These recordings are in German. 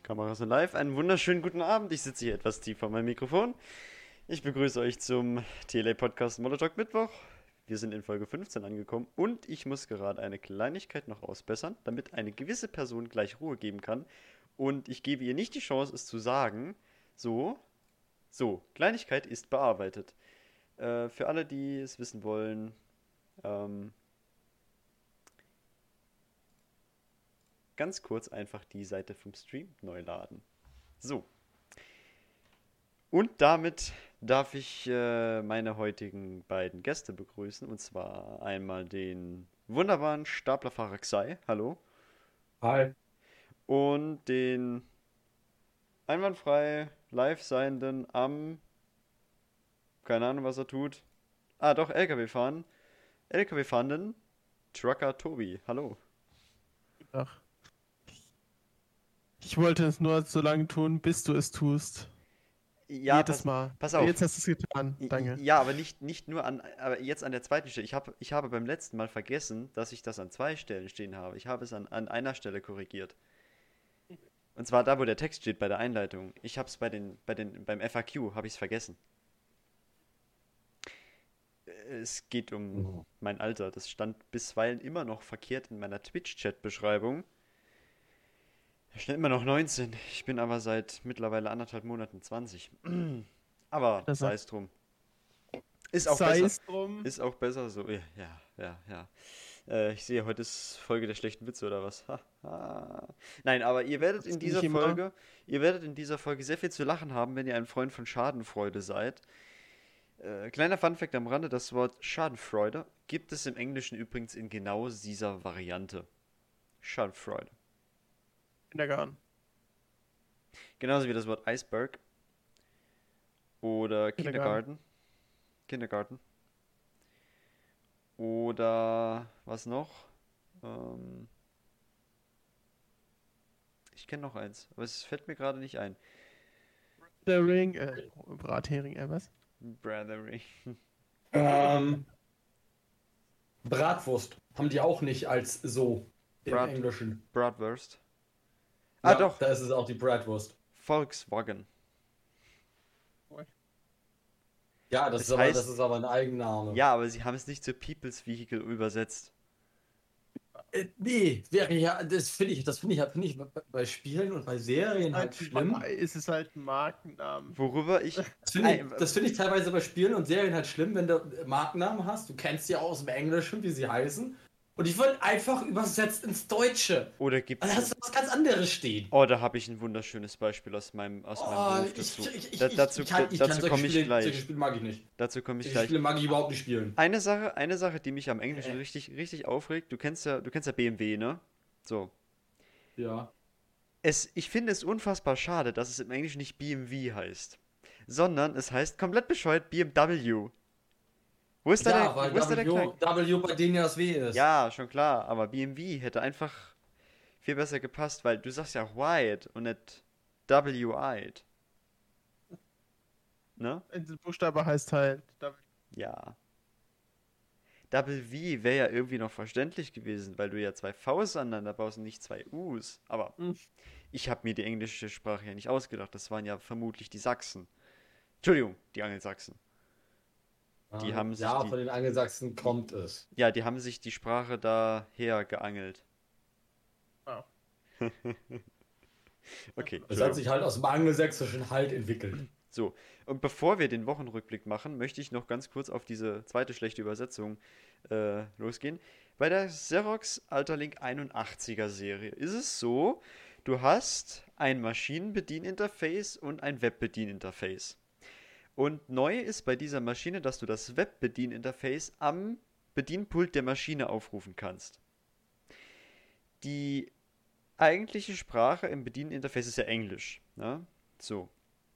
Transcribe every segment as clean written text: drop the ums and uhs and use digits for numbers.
Kameras sind live. Einen wunderschönen guten Abend. Ich sitze hier etwas tief vor meinem Mikrofon. Ich begrüße euch zum TLA-Podcast Monotalk Mittwoch. Wir sind in Folge 15 angekommen und ich muss gerade eine Kleinigkeit noch ausbessern, damit eine gewisse Person gleich Ruhe geben kann. Und ich gebe ihr nicht die Chance, es zu sagen. Kleinigkeit ist bearbeitet. Für alle, die es wissen wollen, ähm, ganz kurz einfach die Seite vom Stream neu laden. So. Und damit darf ich meine heutigen beiden Gäste begrüßen. Und zwar einmal den wunderbaren Staplerfahrer Xai. Hallo. Hi. Und den einwandfrei live seienden keine Ahnung, was er tut. Ah, doch, LKW fahren. LKW fahrenden Trucker Tobi. Hallo. Ach, ich wollte es nur so lange tun, bis du es tust. Ja, Jedes Mal. pass auf. Jetzt hast du es getan. Danke. Ja, aber nicht nur aber jetzt an der zweiten Stelle. Ich habe beim letzten Mal vergessen, dass ich das an zwei Stellen stehen habe. Ich habe es an einer Stelle korrigiert. Und zwar da, wo der Text steht bei der Einleitung. Ich habe es beim FAQ habe ich es vergessen. Es geht um mein Alter. Das stand bisweilen immer noch verkehrt in meiner Twitch-Chat-Beschreibung. Da steht immer noch 19. Ich bin aber seit mittlerweile 1,5 Monaten 20. Aber Das sei heißt, es drum. Ist auch sei besser. es drum. Ist auch besser so. Ja. Ich sehe, heute ist Folge der schlechten Witze oder was? Ha, ha. Nein, aber Das ist nicht immer. ihr werdet in dieser Folge sehr viel zu lachen haben, wenn ihr ein Freund von Schadenfreude seid. Kleiner Funfact am Rande, das Wort Schadenfreude gibt es im Englischen übrigens in genau dieser Variante. Schadenfreude. Kindergarten. Genauso wie das Wort Iceberg oder Kindergarten. Kindergarten. Oder was noch? Ähm, ich kenne noch eins, aber es fällt mir gerade nicht ein. Der Ring. Brathering, was? Brothering. Ähm, Bratwurst haben die auch nicht als so im Brat, Englischen. Bratwurst. Ah, Ja, doch. da ist es auch die Bratwurst. Volkswagen. Ja, Es das heißt, ist aber ein Eigenname. ja, aber sie haben es nicht zu People's Vehicle übersetzt. Nee, wäre ja, finde ich bei Spielen und bei Serien halt schlimm. Es ist halt ein Markennamen. Worüber ich. Das finde ich teilweise bei Spielen und Serien halt schlimm, wenn du Markennamen hast. Du kennst ja aus dem Englischen, wie sie heißen. Und die wird einfach übersetzt ins Deutsche. Oder gibt Also es. hast du was ganz anderes stehen. Oh, da habe ich ein wunderschönes Beispiel aus meinem Beruf dazu. Dazu komme ich Solche gleich. Spiele mag ich nicht. Dazu komme ich Solche gleich. Spiele mag ich überhaupt nicht spielen. Eine Sache, die mich am Englischen richtig aufregt, du kennst ja BMW, ne? So. Ja. Ich finde es unfassbar schade, dass es im Englischen nicht BMW heißt, sondern es heißt komplett bescheuert BMW. Ja, weil Wo ist da der Knack? W bei denen ja das W ist. Ja, schon klar, aber BMW hätte einfach viel besser gepasst, weil du sagst ja White und nicht W-Eyed. Ne? Ein Buchstabe heißt halt. Ja. Double V wäre ja irgendwie noch verständlich gewesen, weil du ja zwei Vs aneinander baust und nicht zwei Us. Aber Hm. ich habe mir die englische Sprache ja nicht ausgedacht. Das waren ja vermutlich die Sachsen. Entschuldigung, die Angelsachsen. Die haben sich Ja, von den Angelsachsen kommt es. die haben sich die Sprache daher geangelt. Wow. Okay, Es hat Entschuldigung. sich halt aus dem Angelsächsischen halt entwickelt. So, und bevor wir den Wochenrückblick machen, möchte ich noch ganz kurz auf diese zweite schlechte Übersetzung losgehen. Bei der Xerox Alterlink 81er Serie ist es so, du hast ein Maschinenbedieninterface und ein Webbedieninterface. Und neu ist bei dieser Maschine, dass du das Webbedieninterface am Bedienpult der Maschine aufrufen kannst. Die eigentliche Sprache im Bedieninterface ist ja Englisch. Ne? So.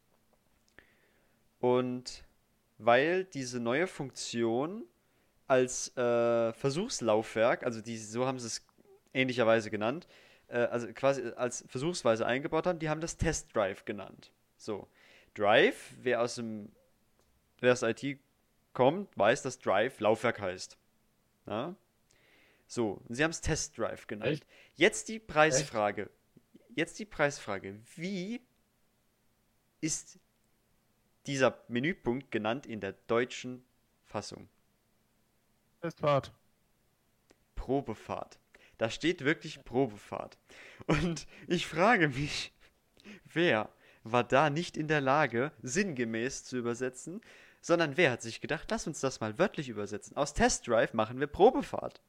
Und weil diese neue Funktion als Versuchslaufwerk, so haben sie es ähnlicherweise genannt, also quasi als Versuchsweise eingebaut haben, die haben das Test Drive genannt. So. Drive, wer aus IT kommt, weiß, dass Drive Laufwerk heißt. Na? So, und sie haben es Test Drive genannt. Echt? Jetzt die Echt? Preisfrage. jetzt die Preisfrage. Wie ist dieser Menüpunkt genannt in der deutschen Fassung? Testfahrt. Probefahrt. Da steht wirklich Probefahrt. Und ich frage mich, wer war da nicht in der Lage, sinngemäß zu übersetzen, sondern wer hat sich gedacht, lass uns das mal wörtlich übersetzen. Aus Test Drive machen wir Probefahrt.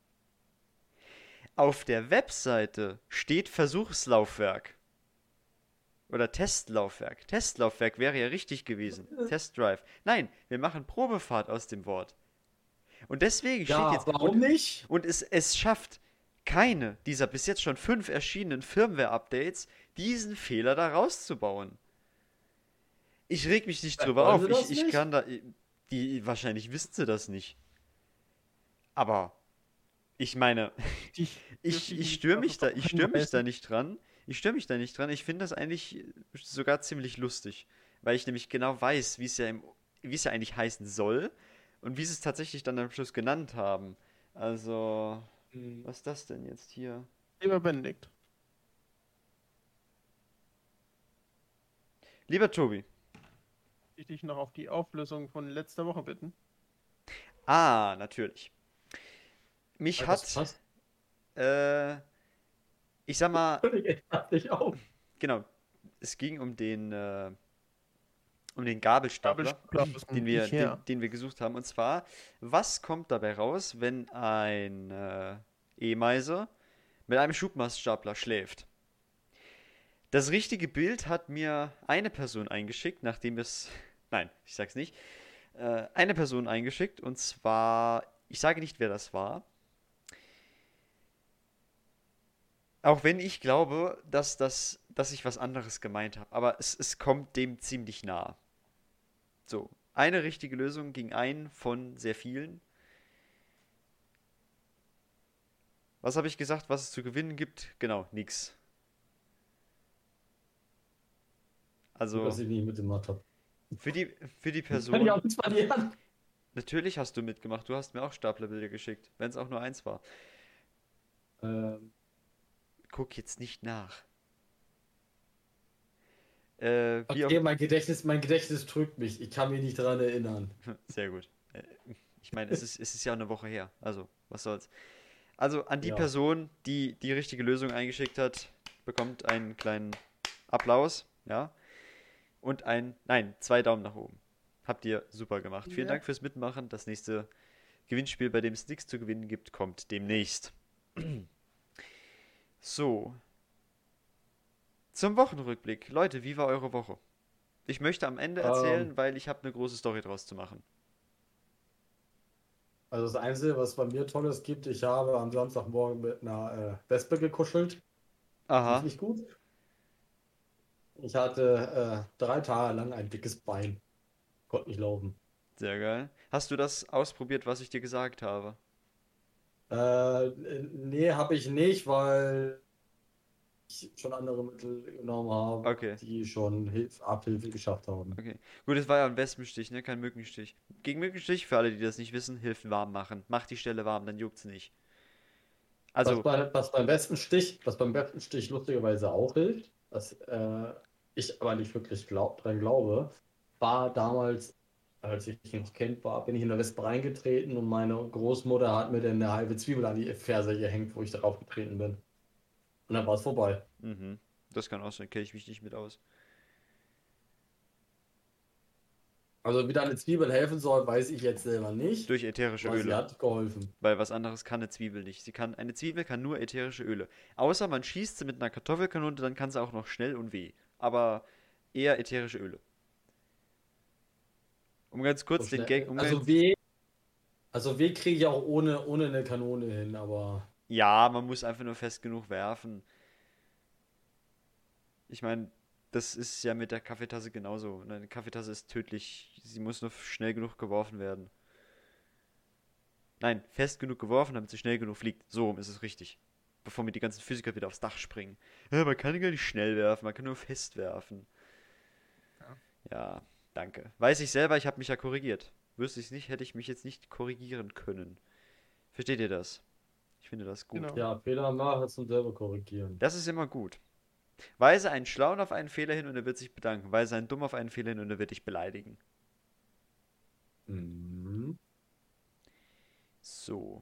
Auf der Webseite steht Versuchslaufwerk. Oder Testlaufwerk. Testlaufwerk wäre ja richtig gewesen. Test Drive. Nein, wir machen Probefahrt aus dem Wort. Und deswegen steht Ja, jetzt. warum nicht? Und es schafft keine dieser bis jetzt schon 5 erschienenen Firmware-Updates, diesen Fehler da rauszubauen. Ich reg mich nicht drüber Wollen auf. sie das Ich nicht? kann da. Wahrscheinlich wissen sie das nicht. Aber ich meine, ich störe mich da nicht dran. Ich störe mich da nicht dran. Ich finde das eigentlich sogar ziemlich lustig. Weil ich nämlich genau weiß, wie es ja eigentlich heißen soll. Und wie sie es tatsächlich dann am Schluss genannt haben. Also, was ist das denn jetzt hier? Lieber Benedikt. Lieber Tobi. Ich dich noch auf die Auflösung von letzter Woche bitten. Ah, natürlich. Mich Das hat, passt. ich sag mal, Ich hab dich auf. genau, es ging um den Gabelstapler, Gabelstapler, den wir gesucht haben. Und zwar, was kommt dabei raus, wenn ein E-Meiser mit einem Schubmaststapler schläft? Das richtige Bild hat mir eine Person eingeschickt, nachdem es... Nein, ich sag's nicht. Eine Person eingeschickt, und zwar... Ich sage nicht, wer das war. Auch wenn ich glaube, dass ich was anderes gemeint habe. Aber es kommt dem ziemlich nah. So, eine richtige Lösung ging ein von sehr vielen. Was habe ich gesagt, was es zu gewinnen gibt? Genau, nix. Also, Dass ich nicht mitgemacht habe. für die Kann ich Person, auch nichts verlieren. natürlich hast du mitgemacht. Du hast mir auch Staplerbilder geschickt, wenn es auch nur eins war. Ähm, Guck jetzt nicht nach. Wie auch, okay, mein Gedächtnis trügt mich. Ich kann mich nicht daran erinnern. sehr gut. Ich meine, es ist ja eine Woche her. Also, was soll's. Also, an die Ja. Person, die die richtige Lösung eingeschickt hat, bekommt einen kleinen Applaus, ja. Und nein, 2 Daumen nach oben. Habt ihr super gemacht. Vielen Ja. Dank fürs Mitmachen. Das nächste Gewinnspiel, bei dem es nichts zu gewinnen gibt, kommt demnächst. So. Zum Wochenrückblick. Leute, wie war eure Woche? Ich möchte am Ende erzählen, weil ich habe eine große Story draus zu machen. Also das Einzige, was bei mir Tolles gibt, ich habe am Samstagmorgen mit einer Wespe gekuschelt. Lief Aha, nicht gut. Ich hatte 3 Tage lang ein dickes Bein. Konnte nicht laufen. sehr geil. Hast du das ausprobiert, was ich dir gesagt habe? Nee, habe ich nicht, weil ich schon andere Mittel genommen habe, Okay. die schon Abhilfe geschafft haben. Okay. Gut, es war ja ein Wespenstich, ne? Kein Mückenstich. Gegen Mückenstich, für alle, die das nicht wissen, hilft warm machen. Macht die Stelle warm, dann juckt's nicht. Also, Was beim Wespenstich lustigerweise auch hilft, was ich aber nicht wirklich dran glaube, war damals, als ich noch Kind war, bin ich in der Wespe reingetreten und meine Großmutter hat mir dann eine halbe Zwiebel an die Ferse gehängt, wo ich darauf getreten bin. Und dann war es vorbei. das kann auch sein, kenne ich mich nicht mit aus. Also wie da eine Zwiebel helfen soll, weiß ich jetzt selber nicht, Durch ätherische aber sie Öle. hat geholfen. Weil was anderes kann eine Zwiebel nicht. Eine Zwiebel kann nur ätherische Öle. Außer man schießt sie mit einer Kartoffelkanone, dann kann sie auch noch schnell und weh. Aber eher ätherische Öle. Um ganz kurz So den schnell. Gag. Also weh kriege ich auch ohne eine Kanone hin, aber Ja, man muss einfach nur fest genug werfen. Ich meine, das ist ja mit der Kaffeetasse genauso. Eine Kaffeetasse ist tödlich. Sie muss nur schnell genug geworfen werden. Nein, fest genug geworfen, damit sie schnell genug fliegt. So rum ist es richtig. Bevor mir die ganzen Physiker wieder aufs Dach springen. Ja, man kann gar nicht schnell werfen, man kann nur fest werfen. Ja, danke. Weiß ich selber, ich habe mich ja korrigiert. Wüsste ich es nicht, hätte ich mich jetzt nicht korrigieren können. Versteht ihr das? Ich finde das gut. Genau. ja, Fehler machen zum selber korrigieren. Das ist immer gut. Weise einen Schlauen auf einen Fehler hin und er wird sich bedanken. Weise einen Dumm auf einen Fehler hin und er wird dich beleidigen. Mhm. So.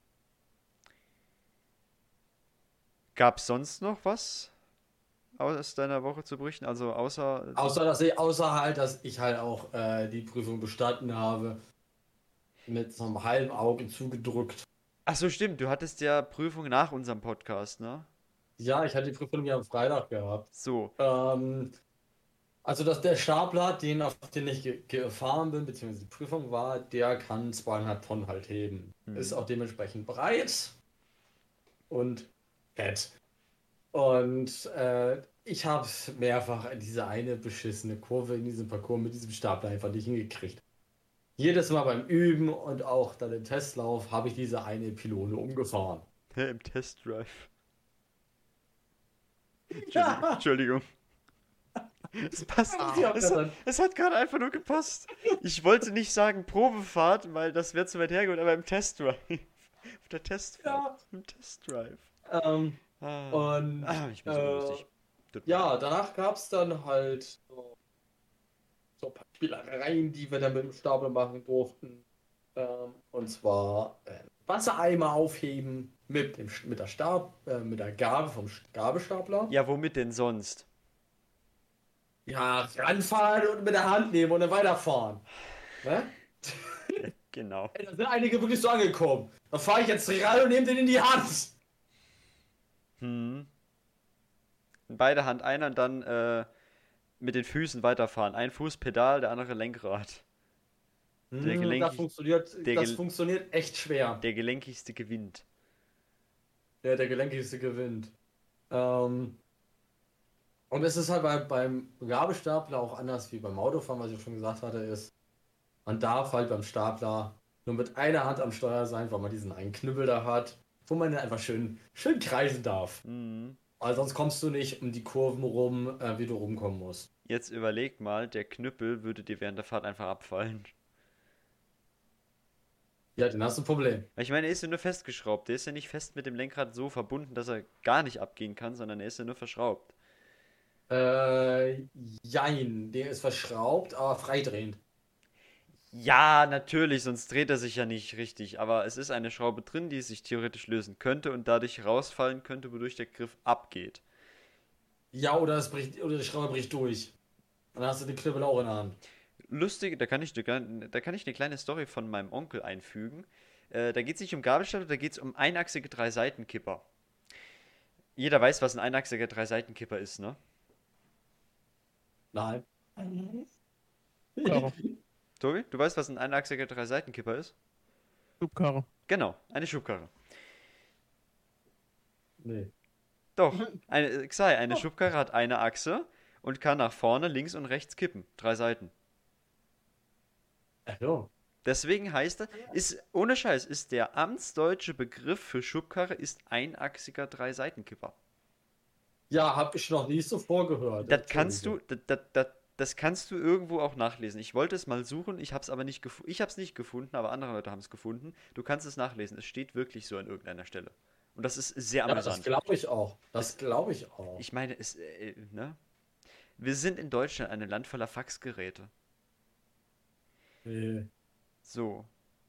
Gab es sonst noch was aus deiner Woche zu berichten? Also außer... Außer halt, dass ich halt auch die Prüfung bestanden habe. Mit so einem halben Auge zugedrückt. Ach so, stimmt. Du hattest ja Prüfung nach unserem Podcast, ne? Ja, ich hatte die Prüfung ja am Freitag gehabt. So. Also, dass der Stapler, auf den ich gefahren bin, beziehungsweise die Prüfung war, der kann 2,5 Tonnen halt heben. Ist Hm. auch dementsprechend breit und fett. Und ich habe mehrfach diese eine beschissene Kurve in diesem Parcours mit diesem Stapler einfach nicht hingekriegt. Jedes Mal beim Üben und auch dann im Testlauf habe ich diese eine Pylone umgefahren. Im Testdrive. Ja, Entschuldigung. Es passt. sie haben Es, dann. es hat gerade einfach nur gepasst. Ich wollte nicht sagen Probefahrt, weil das wäre zu weit hergeholt, aber im Testdrive. Auf der Testfahrt. Ja. Im Testdrive. Ähm, Ah. und Ich bin so unlustig. Tut mir ja, leid. danach gab es dann halt so ein paar Spielereien, die wir dann mit dem Stapel machen durften. Und zwar Wassereimer aufheben mit der Gabel vom Gabelstapler. Ja, womit denn sonst? Ja, ranfahren und mit der Hand nehmen und dann weiterfahren. Ne? Genau. Ey, da sind einige wirklich so angekommen. Da fahre ich jetzt ran und nehme den in die Hand. Hm. In beide Hand einer und dann mit den Füßen weiterfahren. Ein Fuß Pedal, der andere Lenkrad. Der, Das gelenkig, funktioniert, der, das gel funktioniert echt schwer. der gelenkigste gewinnt. Der gelenkigste gewinnt. Und es ist halt beim Gabelstapler auch anders wie beim Autofahren, was ich schon gesagt hatte, ist, man darf halt beim Stapler nur mit einer Hand am Steuer sein, weil man diesen einen Knüppel da hat, wo man dann einfach schön kreisen darf. Mhm. Weil sonst kommst du nicht um die Kurven rum, wie du rumkommen musst. Jetzt überleg mal, der Knüppel würde dir während der Fahrt einfach abfallen. Ja, dann hast du ein Problem. Weil ich meine, er ist ja nur festgeschraubt. Der ist ja nicht fest mit dem Lenkrad so verbunden, dass er gar nicht abgehen kann, sondern er ist ja nur verschraubt. Jein, der ist verschraubt, aber freidrehend. Ja, natürlich, sonst dreht er sich ja nicht richtig. Aber es ist eine Schraube drin, die sich theoretisch lösen könnte und dadurch rausfallen könnte, wodurch der Griff abgeht. Ja, oder die Schraube bricht durch. Dann hast du den Knüppel auch in der Hand. Lustig, da kann ich eine kleine Story von meinem Onkel einfügen. Da geht es nicht um Gabelstapler, da geht es um einachsige Dreiseitenkipper. Jeder weiß, was ein einachsiger Dreiseitenkipper ist, ne? Nein. Karre. Tobi, du weißt, was ein einachsiger Dreiseitenkipper ist? Schubkarre. Genau, eine Schubkarre. Nee. Doch, eine Schubkarre hat eine Achse und kann nach vorne, links und rechts kippen. Drei Seiten. Ach so. Deswegen heißt er, ohne Scheiß, ist der amtsdeutsche Begriff für Schubkarre ist einachsiger Dreiseitenkipper. Ja, hab ich noch nie so vorgehört. Das kannst Entschuldige. du, das kannst du irgendwo auch nachlesen. Ich wollte es mal suchen, ich habe es aber nicht gefunden. Ich habe es nicht gefunden, aber andere Leute haben es gefunden. Du kannst es nachlesen. Es steht wirklich so an irgendeiner Stelle. Und das ist sehr Ja, das amüsant. glaube ich auch. Das glaube ich auch. Ich meine, ne? Wir sind in Deutschland ein Land voller Faxgeräte. Nee. So.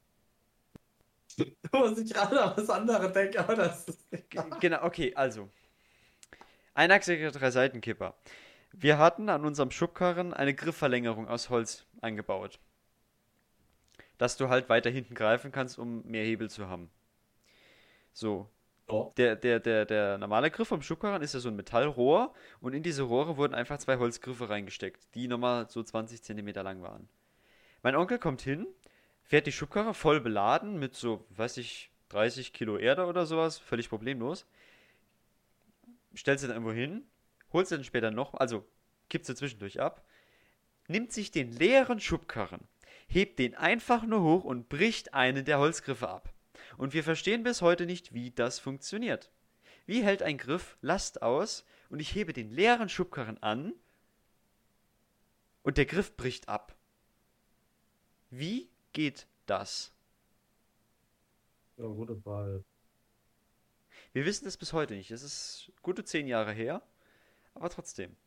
Muss ich gerade an was anderes denken, aber das ist. Genau, okay, also. Einachsiger Dreiseitenkipper. Wir hatten an unserem Schubkarren eine Griffverlängerung aus Holz eingebaut. Dass du halt weiter hinten greifen kannst, um mehr Hebel zu haben. So. Ja. Der normale Griff vom Schubkarren ist ja so ein Metallrohr und in diese Rohre wurden einfach zwei Holzgriffe reingesteckt, die nochmal so 20 Zentimeter lang waren. Mein Onkel kommt hin, fährt die Schubkarre voll beladen mit so, weiß ich, 30 Kilo Erde oder sowas, völlig problemlos. Stellt sie dann irgendwo hin, holt sie dann später noch, also kippt sie zwischendurch ab, nimmt sich den leeren Schubkarren, hebt den einfach nur hoch und bricht einen der Holzgriffe ab. Und wir verstehen bis heute nicht, wie das funktioniert. Wie hält ein Griff Last aus und ich hebe den leeren Schubkarren an und der Griff bricht ab? Wie geht das? Ja, gute Frage. Wir wissen es bis heute nicht. Es ist gute 10 Jahre her. aber trotzdem.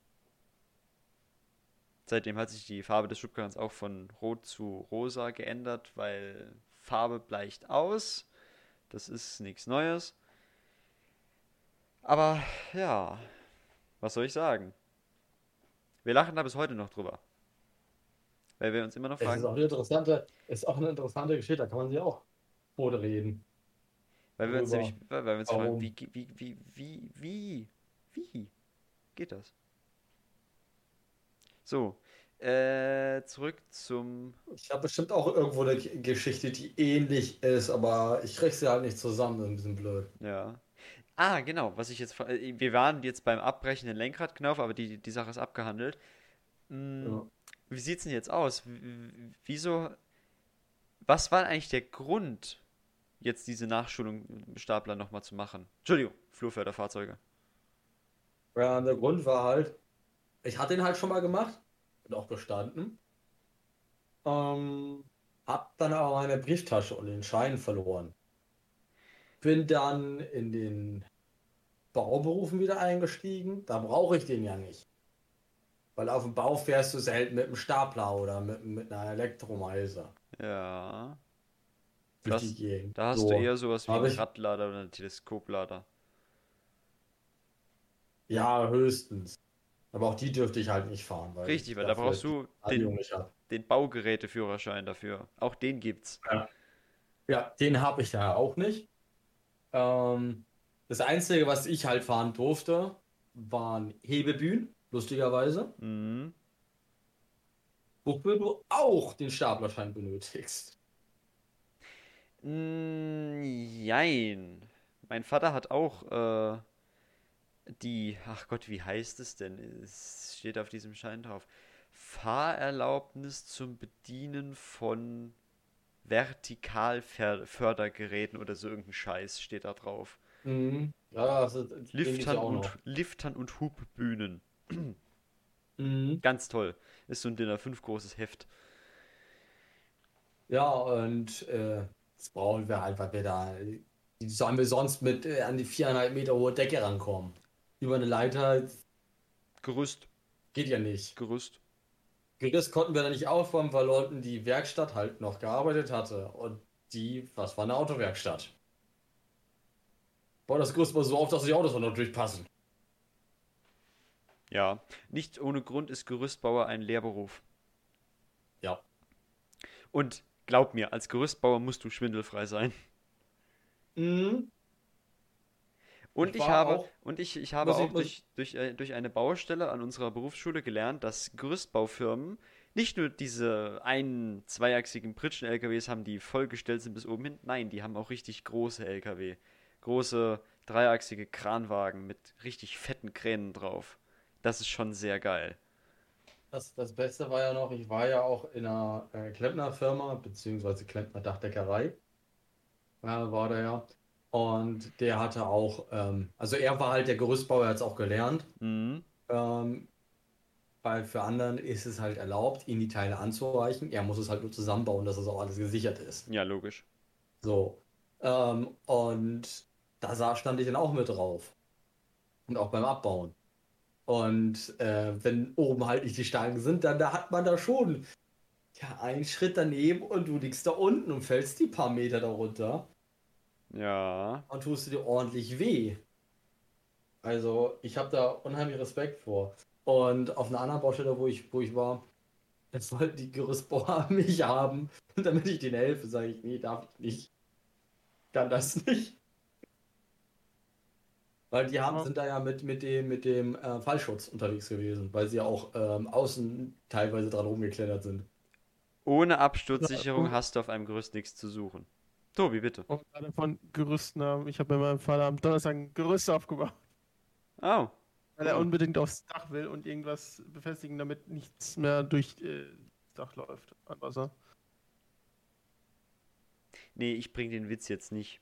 Seitdem hat sich die Farbe des Schubkarrens auch von rot zu rosa geändert, weil Farbe bleicht aus. Das ist nichts Neues. Aber ja, was soll ich sagen? Wir lachen da bis heute noch drüber. Weil wir uns immer noch Es fragen, ist auch eine interessante Geschichte, da kann man sich auch Tode reden. weil wir uns Drüber. nämlich, weil wir uns fragen, Warum? wie geht das? So, zurück zum, Ich habe bestimmt auch irgendwo eine Geschichte, die ähnlich ist, aber ich krieg sie halt nicht zusammen, das ist ein bisschen blöd. ja. Ah, genau, was ich jetzt, wir waren jetzt beim abbrechenden Lenkradknauf, aber die Sache ist abgehandelt. Hm, Ja. wie sieht's denn jetzt aus? Wieso, was war eigentlich der Grund, jetzt diese Nachschulung im Stapler nochmal zu machen? Entschuldigung, Flurförderfahrzeuge. Ja, der Grund war halt, ich hatte ihn halt schon mal gemacht und auch bestanden. Ähm, hab dann aber meine Brieftasche und den Schein verloren. Bin dann in den Bauberufen wieder eingestiegen. Da brauche ich den ja nicht. Weil auf dem Bau fährst du selten mit einem Stapler oder mit einer Elektromeise Ja. durch die Das, Gegend. da hast du So, eher sowas wie einen habe ich, Radlader oder einen Teleskoplader. ja, höchstens. Aber auch die dürfte ich halt nicht fahren, weil Richtig, ich weil da dafür brauchst die du Anhängung nicht habe. den Baugeräteführerschein dafür. Auch den gibt's. Ja. Ja, den habe ich ja auch nicht. Ähm, das Einzige, was ich halt fahren durfte, waren Hebebühnen, lustigerweise, Mhm. wofür du auch den Staplerschein benötigst. Jein. Mein Vater hat auch ach Gott, wie heißt es denn? Es steht auf diesem Schein drauf. Fahrerlaubnis zum Bedienen von Vertikalfördergeräten oder so irgendein Scheiß steht da drauf. Mhm. Ja, den gibt es ja auch noch. Liftern und Hubbühnen. Mhm. Ganz toll. Ist so ein DIN A5 großes Heft. Ja, und das brauchen wir halt, weil wir da, wie sollen wir sonst mit an die 4,5 Meter hohe Decke rankommen? Über eine Leiter Gerüst. geht ja nicht. Gerüst. Das konnten wir da nicht aufbauen, weil unten die Werkstatt halt noch gearbeitet hatte. Und was war eine Autowerkstatt? Bau das Gerüst mal so auf, dass die Autos auch noch durchpassen. Ja. Nicht ohne Grund ist Gerüstbauer ein Lehrberuf. Ja. Und glaub mir, als Gerüstbauer musst du schwindelfrei sein. Mhm. Und Ich war auch, ich habe muss auch ich, muss, durch eine Baustelle an unserer Berufsschule gelernt, dass Gerüstbaufirmen nicht nur diese zweiachsigen Pritschen-LKWs haben, die vollgestellt sind bis oben hin. Nein, die haben auch richtig große LKW. Große, dreiachsige Kranwagen mit richtig fetten Kränen drauf. Das ist schon sehr geil. das Beste war ja noch, ich war ja auch in einer Klempnerfirma, beziehungsweise Klempner-Dachdeckerei, war der ja. Und der hatte auch, also er war halt der Gerüstbauer, er hat es auch gelernt. Mhm. Ähm, weil für anderen ist es halt erlaubt, ihm die Teile anzureichen. Er muss es halt nur zusammenbauen, dass das auch alles gesichert ist. Ja, logisch. So. Und stand ich dann auch mit drauf. Und auch beim Abbauen. Und wenn oben halt nicht die Stangen sind, dann da hat man da schon ja, einen Schritt daneben und du liegst da unten und fällst die paar Meter darunter Ja. und tust dir ordentlich weh. Also ich habe da unheimlich Respekt vor. Und auf einer anderen Baustelle, wo ich war, jetzt wollten die Gerüstbauer mich haben, damit ich denen helfe. Sage ich, nee, darf ich nicht. Kann das nicht. Weil Ja, sind da ja mit dem Fallschutz unterwegs gewesen, weil sie ja auch außen teilweise dran rumgeklettert sind. Ohne ja, Absturzsicherung hast du auf einem Gerüst nichts zu suchen. Tobi, bitte. wo wir gerade von Gerüsten haben. Ich habe mit meinem Vater am Donnerstag ein Gerüst aufgebaut, Oh, weil er cool. unbedingt aufs Dach will und irgendwas befestigen, damit nichts mehr durch das Dach läuft an Wasser. Nee, ich bring den Witz jetzt nicht.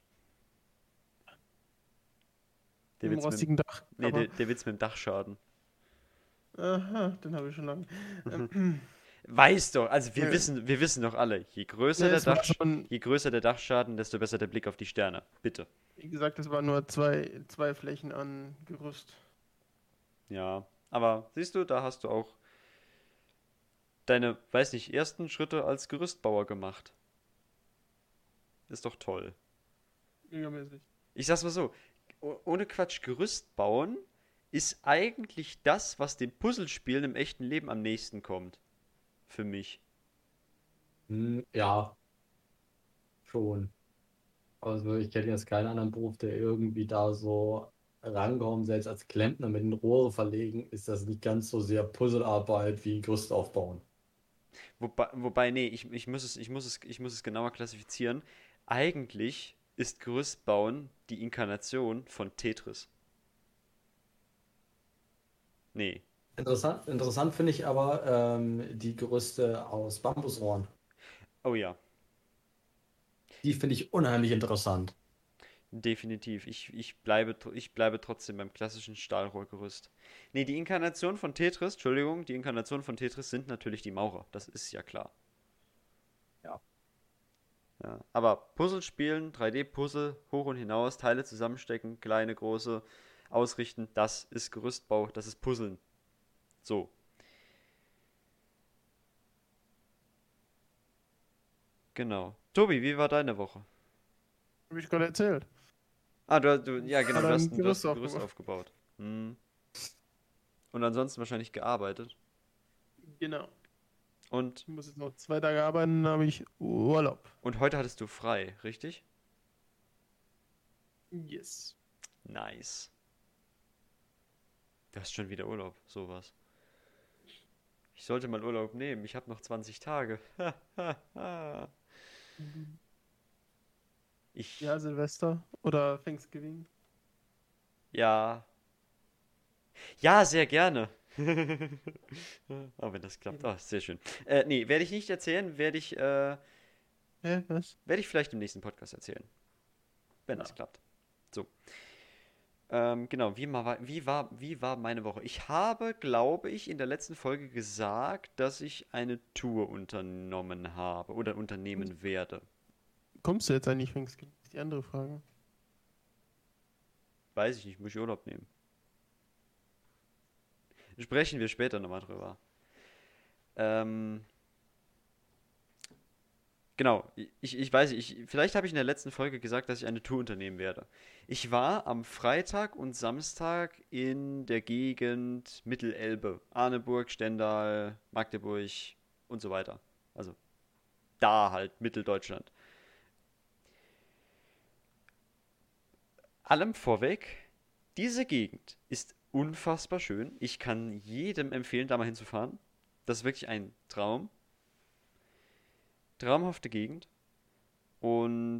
Der Mit dem Witz mit, rostigen Dach. nee, Aber, der Witz mit dem Dachschaden. aha, den habe ich schon lange. Weißt doch, also Nee, wir wissen doch alle, nee, es war schon, je größer der Dachschaden, desto besser der Blick auf die Sterne. Bitte. wie gesagt, es waren nur zwei Flächen an Gerüst. Ja. Aber siehst du, da hast du auch deine, weiß nicht, ersten Schritte als Gerüstbauer gemacht. Ist doch toll. Übermäßig. Ich sag's mal so, ohne Quatsch, Gerüst bauen ist eigentlich das, was dem Puzzlespielen im echten Leben am nächsten kommt. Für mich. Ja, schon. Also ich kenne jetzt keinen anderen Beruf, der irgendwie da so rankommt. Selbst als Klempner mit den Rohre verlegen, ist das nicht ganz so sehr Puzzlearbeit wie Gerüst aufbauen. Wobei, nee, ich muss es genauer klassifizieren. Eigentlich ist Gerüstbauen die Inkarnation von Tetris. Nee. Interessant finde ich aber die Gerüste aus Bambusrohren. Oh ja, Die finde ich unheimlich interessant. definitiv. Ich bleibe trotzdem beim klassischen Stahlrohrgerüst. Nee, die Inkarnation von Tetris, Entschuldigung, die Inkarnation von Tetris sind natürlich die Maurer. Das ist ja klar. Ja. Ja. Aber Puzzle spielen, 3D-Puzzle, hoch und hinaus, Teile zusammenstecken, kleine, große, ausrichten, das ist Gerüstbau, das ist Puzzeln. So. Genau. Tobi, wie war deine Woche? Habe ich gerade erzählt. Ah, ja genau, Hat ein du hast Gerüst ein Gerüst aufgebaut. aufgebaut. Hm. Und ansonsten wahrscheinlich gearbeitet. Genau. Und, Ich muss jetzt noch 2 Tage arbeiten, dann habe ich Urlaub. und heute hattest du frei, richtig? Yes. Nice. Du hast schon wieder Urlaub, sowas. Ich sollte mal Urlaub nehmen, ich habe noch 20 Tage. Ich, Ja, Silvester oder Thanksgiving. ja. Ja, sehr gerne. Aber wenn das klappt, Eben. ah, sehr schön. Nee, werde ich nicht erzählen, Hä, was? werde ich vielleicht im nächsten Podcast erzählen, wenn das Ja. klappt. So. Genau, wie war meine Woche? Ich habe, glaube ich, in der letzten Folge gesagt, dass ich eine Tour unternommen habe oder unternehmen werde. Kommst du jetzt eigentlich Thanksgiving? Ist die andere Frage. Weiß ich nicht, muss ich Urlaub nehmen. Sprechen wir später nochmal drüber. Ähm, genau, ich weiß nicht, vielleicht habe ich in der letzten Folge gesagt, dass ich eine Tour unternehmen werde. Ich war am Freitag und Samstag in der Gegend Mittelelbe, Arneburg, Stendal, Magdeburg und so weiter. Also da halt, Mitteldeutschland. Allem vorweg, diese Gegend ist unfassbar schön. Ich kann jedem empfehlen, da mal hinzufahren. Das ist wirklich ein Traum. Traumhafte Gegend. Und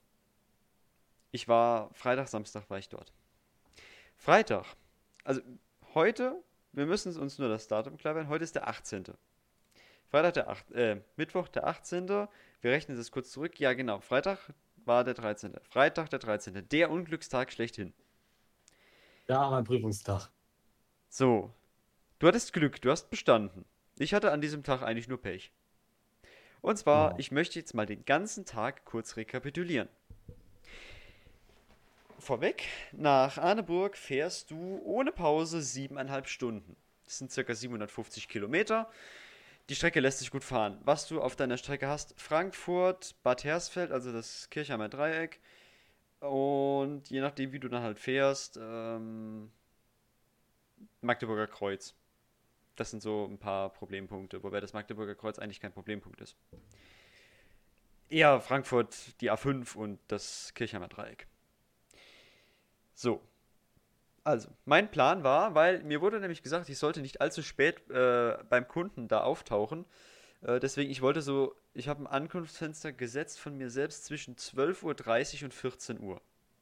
Freitag, Samstag war ich dort. Freitag, also heute, wir müssen uns nur das Datum klar werden, heute ist der 18. Mittwoch der 18. Wir rechnen das kurz zurück. Ja, genau, Freitag war der 13. Freitag der 13. Der Unglückstag schlechthin. Ja, mein Prüfungstag. So, du hattest Glück, du hast bestanden. Ich hatte an diesem Tag eigentlich nur Pech. Und zwar, Ja. ich möchte jetzt mal den ganzen Tag kurz rekapitulieren. Vorweg, nach Arneburg fährst du ohne Pause 7,5 Stunden. Das sind circa 750 Kilometer. Die Strecke lässt sich gut fahren. Was du auf deiner Strecke hast, Frankfurt, Bad Hersfeld, also das Kirchheimer Dreieck. Und je nachdem, wie du dann halt fährst, Magdeburger Kreuz. Das sind so ein paar Problempunkte, wobei das Magdeburger Kreuz eigentlich kein Problempunkt ist. Eher Frankfurt, die A5 und das Kirchheimer Dreieck. So, also, mein Plan war, weil mir wurde nämlich gesagt, ich sollte nicht allzu spät beim Kunden da auftauchen. Deswegen, ich habe ein Ankunftsfenster gesetzt von mir selbst zwischen 12:30 Uhr und 14 Uhr.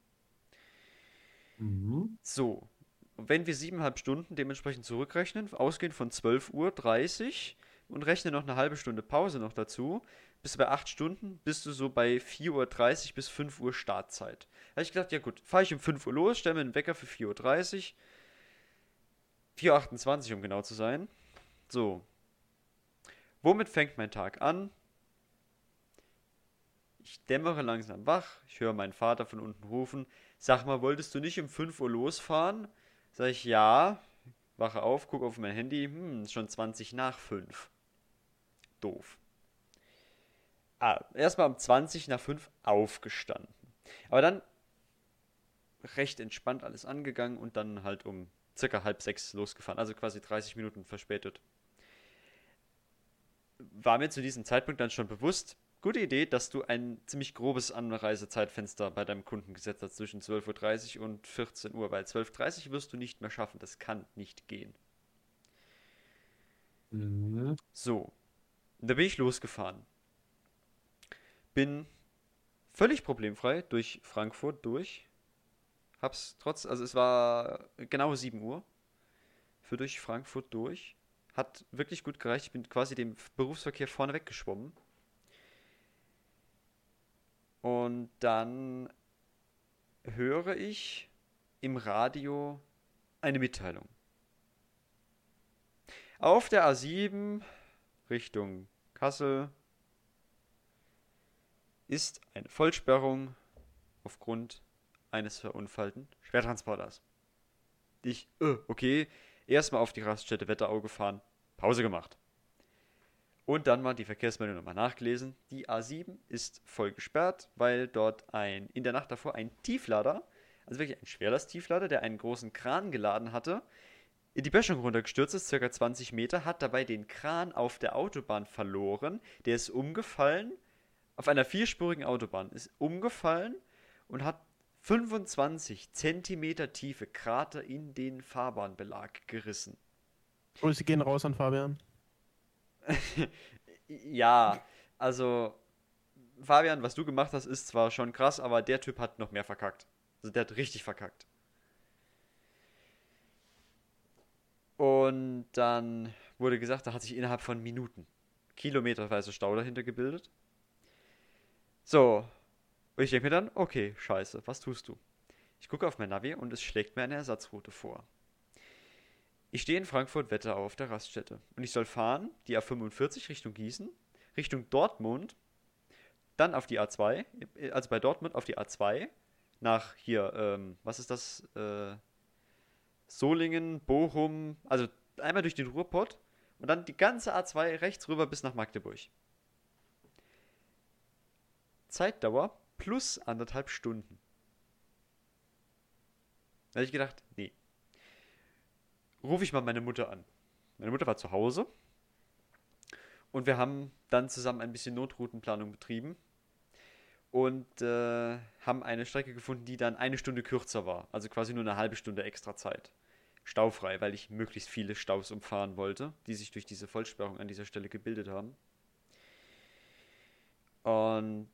Mhm. So, und wenn wir 7,5 Stunden dementsprechend zurückrechnen, ausgehend von 12:30 Uhr und rechne noch eine halbe Stunde Pause noch dazu, bist du bei 8 Stunden, bist du so bei 4:30 Uhr bis 5 Uhr Startzeit. Da habe ich gedacht, ja gut, fahre ich um 5 Uhr los, stelle mir einen Wecker für 4:30 Uhr, 4:28 Uhr um genau zu sein. So, womit fängt mein Tag an? Ich dämmere langsam wach, ich höre meinen Vater von unten rufen, sag mal, wolltest du nicht um 5 Uhr losfahren? Sag ich, ja. wache auf, gucke auf mein Handy, ist schon 20 nach 5. Doof. Erstmal um 20 nach 5 aufgestanden. Aber dann recht entspannt alles angegangen und dann halt um circa 5:30 losgefahren. Also quasi 30 Minuten verspätet. War mir zu diesem Zeitpunkt dann schon bewusst, gute Idee, dass du ein ziemlich grobes Anreisezeitfenster bei deinem Kunden gesetzt hast zwischen 12:30 Uhr und 14 Uhr, weil 12:30 Uhr wirst du nicht mehr schaffen. Das kann nicht gehen. Mhm. So, da bin ich losgefahren. Bin völlig problemfrei durch Frankfurt durch. Also es war genau 7 Uhr für durch Frankfurt durch. Hat wirklich gut gereicht. Ich bin quasi dem Berufsverkehr vorneweg geschwommen. Und dann höre ich im Radio eine Mitteilung. Auf der A7 Richtung Kassel ist eine Vollsperrung aufgrund eines verunfallten Schwertransporters. Okay, erstmal auf die Raststätte Wetterau gefahren, Pause gemacht. Und dann mal die Verkehrsmeldung nochmal nachgelesen. Die A7 ist voll gesperrt, weil dort in der Nacht davor ein Tieflader, also wirklich ein Schwerlast-Tieflader, der einen großen Kran geladen hatte, in die Böschung runtergestürzt ist, ca. 20 Meter, hat dabei den Kran auf der Autobahn verloren. Der ist umgefallen, auf einer vierspurigen Autobahn, ist umgefallen und hat 25 Zentimeter tiefe Krater in den Fahrbahnbelag gerissen. Grüße gehen raus an Fabian. Ja, also Fabian, was du gemacht hast, ist zwar schon krass, aber der Typ hat noch mehr verkackt. Also der hat richtig verkackt. Und dann wurde gesagt, da hat sich innerhalb von Minuten kilometerweise Stau dahinter gebildet. So, und ich denke mir dann, okay, scheiße, was tust du? Ich gucke auf mein Navi und es schlägt mir eine Ersatzroute vor. Ich stehe in Frankfurt-Wetterau auf der Raststätte und ich soll fahren, die A45 Richtung Gießen, Richtung Dortmund, dann auf die A2, also bei Dortmund auf die A2, nach hier, was ist das? Solingen, Bochum, also einmal durch den Ruhrpott und dann die ganze A2 rechts rüber bis nach Magdeburg. Zeitdauer plus 1,5 Stunden. Da habe ich gedacht, nee. Rufe ich mal meine Mutter an. Meine Mutter war zu Hause und wir haben dann zusammen ein bisschen Notroutenplanung betrieben und haben eine Strecke gefunden, die dann 1 Stunde kürzer war. Also quasi nur eine halbe Stunde extra Zeit. Staufrei, weil ich möglichst viele Staus umfahren wollte, die sich durch diese Vollsperrung an dieser Stelle gebildet haben. Und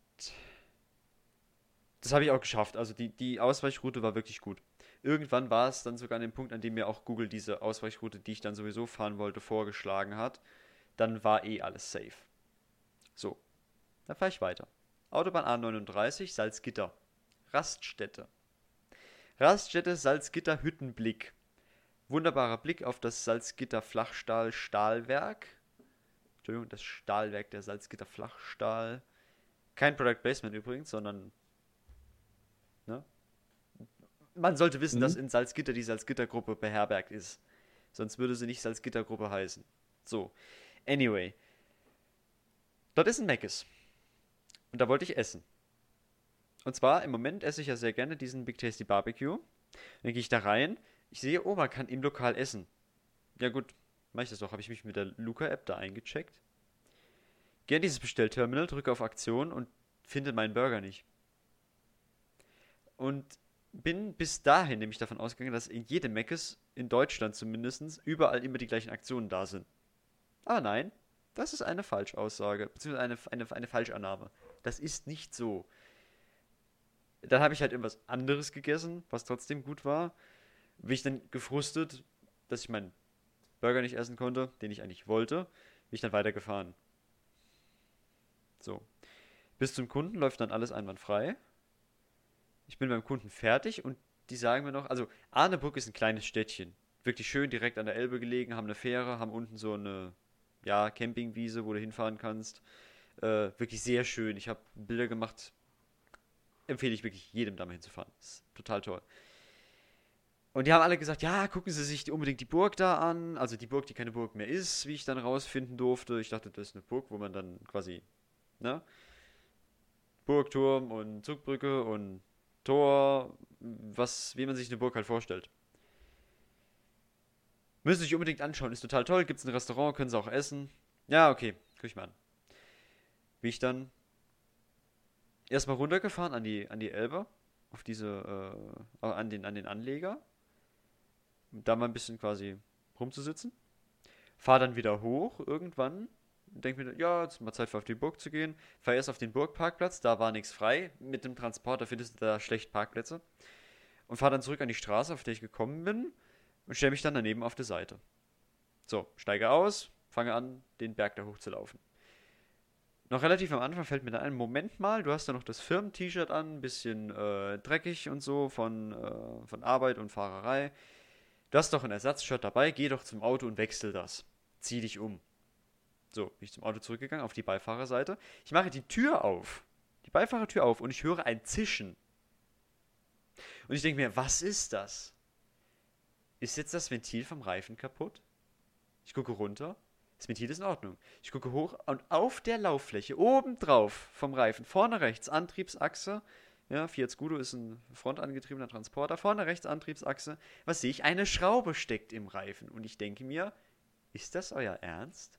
das habe ich auch geschafft. Also die Ausweichroute war wirklich gut. Irgendwann war es dann sogar an dem Punkt, an dem mir auch Google diese Ausweichroute, die ich dann sowieso fahren wollte, vorgeschlagen hat. Dann war alles safe. So, dann fahre ich weiter. Autobahn A39, Salzgitter. Raststätte. Raststätte, Salzgitter, Hüttenblick. Wunderbarer Blick auf das Salzgitter Flachstahl-Stahlwerk. Entschuldigung, das Stahlwerk der Salzgitter Flachstahl. Kein Product Placement übrigens, sondern ne? Man sollte wissen, dass in Salzgitter die Salzgitter-Gruppe beherbergt ist. Sonst würde sie nicht Salzgitter-Gruppe heißen. So, anyway. Dort ist ein Mc's. Und da wollte ich essen. Und zwar, im Moment esse ich ja sehr gerne diesen Big Tasty Barbecue. Dann gehe ich da rein. Ich sehe, oh, man kann im Lokal essen. Ja gut, mache ich das doch. Habe ich mich mit der Luca-App da eingecheckt. Gehe in dieses Bestellterminal, drücke auf Aktion und finde meinen Burger nicht. Und bin bis dahin nämlich davon ausgegangen, dass in jedem Mc's, in Deutschland zumindest, überall immer die gleichen Aktionen da sind. Aber nein, das ist eine Falschaussage, beziehungsweise eine Falschannahme. Das ist nicht so. Dann habe ich halt irgendwas anderes gegessen, was trotzdem gut war. Bin ich dann gefrustet, dass ich meinen Burger nicht essen konnte, den ich eigentlich wollte, bin ich dann weitergefahren. So. Bis zum Kunden läuft dann alles einwandfrei. Ich bin beim Kunden fertig und die sagen mir noch, also Arneburg ist ein kleines Städtchen. Wirklich schön direkt an der Elbe gelegen, haben eine Fähre, haben unten so eine, ja, Campingwiese, wo du hinfahren kannst. Wirklich sehr schön. Ich habe Bilder gemacht. Empfehle ich wirklich jedem da mal hinzufahren. Ist total toll. Und die haben alle gesagt, ja, gucken Sie sich unbedingt die Burg da an. Also die Burg, die keine Burg mehr ist, wie ich dann rausfinden durfte. Ich dachte, das ist eine Burg, wo man dann quasi, ne? Burgturm und Zugbrücke und Tor, wie man sich eine Burg halt vorstellt. Müssen Sie sich unbedingt anschauen, ist total toll. Gibt's ein Restaurant, können Sie auch essen. Ja, okay, guck ich mal an. Wie ich dann erstmal runtergefahren an die Elbe, auf an den Anleger, um da mal ein bisschen quasi rumzusitzen. Fahr dann wieder hoch irgendwann. Denk mir, ja, jetzt ist mal Zeit auf die Burg zu gehen. Fahr erst auf den Burgparkplatz, da war nichts frei. Mit dem Transporter findest du da schlecht Parkplätze. Und fahr dann zurück an die Straße, auf der ich gekommen bin. Und stelle mich dann daneben auf die Seite. So, steige aus, fange an, den Berg da hochzulaufen. Noch relativ am Anfang fällt mir dann ein, Moment mal, du hast da noch das Firmen-T-Shirt an, ein bisschen dreckig und so von Arbeit und Fahrerei. Du hast doch ein Ersatzshirt dabei, geh doch zum Auto und wechsel das. Zieh dich um. So, bin ich zum Auto zurückgegangen, auf die Beifahrerseite. Ich mache die Tür auf, die Beifahrertür auf und ich höre ein Zischen. Und ich denke mir, was ist das? Ist jetzt das Ventil vom Reifen kaputt? Ich gucke runter. Das Ventil ist in Ordnung. Ich gucke hoch und auf der Lauffläche, obendrauf vom Reifen, vorne rechts Antriebsachse. Ja, Fiat Scudo ist ein frontangetriebener Transporter. Vorne rechts Antriebsachse. Was sehe ich? Eine Schraube steckt im Reifen. Und ich denke mir, ist das euer Ernst?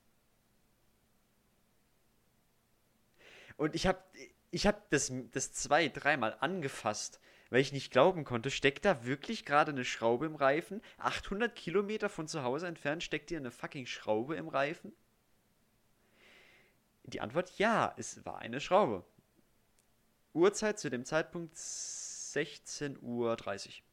Und ich hab das zwei, dreimal angefasst, weil ich nicht glauben konnte, steckt da wirklich gerade eine Schraube im Reifen? 800 Kilometer von zu Hause entfernt steckt hier eine fucking Schraube im Reifen? Die Antwort, ja, es war eine Schraube. Uhrzeit zu dem Zeitpunkt 16:30 Uhr.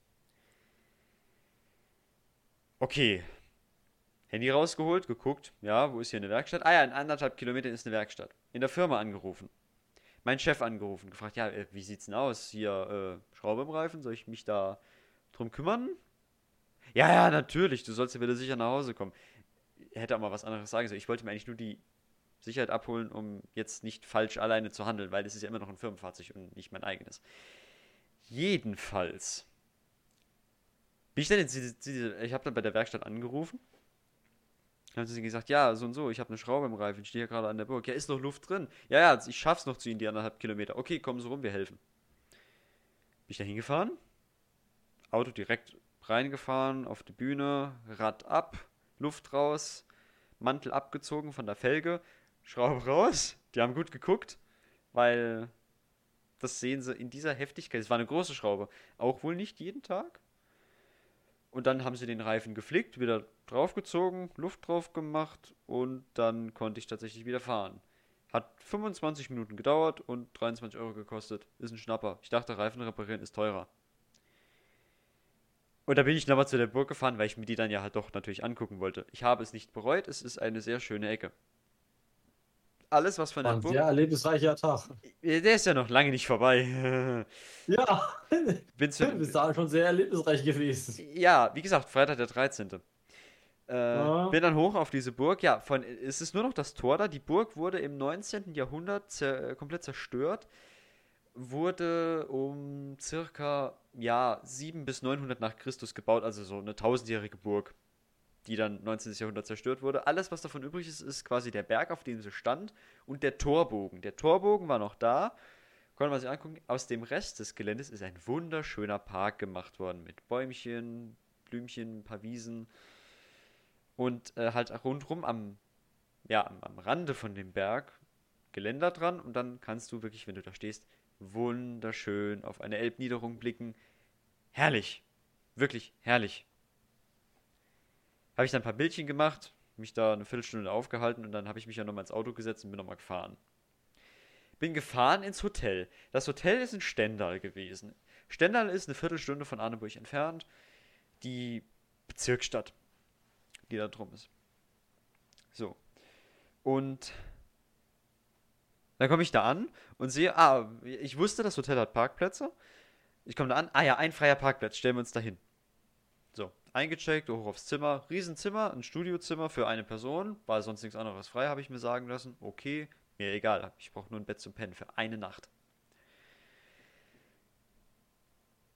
Okay, Handy rausgeholt, geguckt, ja, wo ist hier eine Werkstatt? Ah ja, in 1,5 Kilometern ist eine Werkstatt. In der Firma angerufen. Mein Chef angerufen, gefragt, ja, wie sieht's denn aus? Hier, Schraube im Reifen, soll ich mich da drum kümmern? Ja, ja, natürlich, du sollst ja wieder sicher nach Hause kommen. Hätte auch mal was anderes sagen sollen. Ich wollte mir eigentlich nur die Sicherheit abholen, um jetzt nicht falsch alleine zu handeln, weil es ist ja immer noch ein Firmenfahrzeug und nicht mein eigenes. Jedenfalls bin ich dann ich habe dann bei der Werkstatt angerufen. Dann haben sie gesagt, ja, so und so, ich habe eine Schraube im Reifen, ich stehe hier gerade an der Burg. Ja, ist noch Luft drin. Ja, ja, ich schaff's noch zu Ihnen, die 1,5 Kilometer. Okay, kommen Sie rum, wir helfen. Bin ich da hingefahren, Auto direkt reingefahren, auf die Bühne, Rad ab, Luft raus, Mantel abgezogen von der Felge, Schraube raus. Die haben gut geguckt, weil das sehen sie in dieser Heftigkeit. Es war eine große Schraube. Auch wohl nicht jeden Tag. Und dann haben sie den Reifen geflickt, wieder draufgezogen, Luft drauf gemacht und dann konnte ich tatsächlich wieder fahren. Hat 25 Minuten gedauert und 23 Euro gekostet. Ist ein Schnapper. Ich dachte, Reifen reparieren ist teurer. Und da bin ich nochmal zu der Burg gefahren, weil ich mir die dann ja halt doch natürlich angucken wollte. Ich habe es nicht bereut, es ist eine sehr schöne Ecke. Alles, was von War der ein Burg. sehr erlebnisreicher Tag. Der ist ja noch lange nicht vorbei. Ja, Bin zu, bis dahin schon sehr erlebnisreich gewesen. ja, wie gesagt, Freitag der 13. Ja. Bin dann hoch auf diese Burg. Ja, es ist nur noch das Tor da. Die Burg wurde im 19. Jahrhundert komplett zerstört. Wurde um circa, ja, 700 bis 900 nach Christus gebaut. Also so eine tausendjährige Burg, die dann 19. Jahrhundert zerstört wurde. Alles, was davon übrig ist, ist quasi der Berg, auf dem sie stand. Und der Torbogen. Der Torbogen war noch da. Konnte man sich angucken. Aus dem Rest des Geländes ist ein wunderschöner Park gemacht worden. Mit Bäumchen, Blümchen, ein paar Wiesen. Und halt rundrum am Rande von dem Berg Geländer dran. Und dann kannst du wirklich, wenn du da stehst, wunderschön auf eine Elbniederung blicken. Herrlich. Wirklich herrlich. Habe ich dann ein paar Bildchen gemacht, mich da eine Viertelstunde aufgehalten und dann habe ich mich ja nochmal ins Auto gesetzt und bin nochmal gefahren. Bin gefahren ins Hotel. Das Hotel ist in Stendal gewesen. Stendal ist eine Viertelstunde von Arneburg entfernt. Die Bezirksstadt, die da drum ist. So. Und dann komme ich da an und sehe, ich wusste, das Hotel hat Parkplätze. Ich komme da an, ja, ein freier Parkplatz, stellen wir uns da hin. So, eingecheckt, hoch aufs Zimmer, Riesenzimmer, ein Studiozimmer für eine Person, war sonst nichts anderes frei, habe ich mir sagen lassen. Okay, mir egal, ich brauche nur ein Bett zum Pennen für eine Nacht.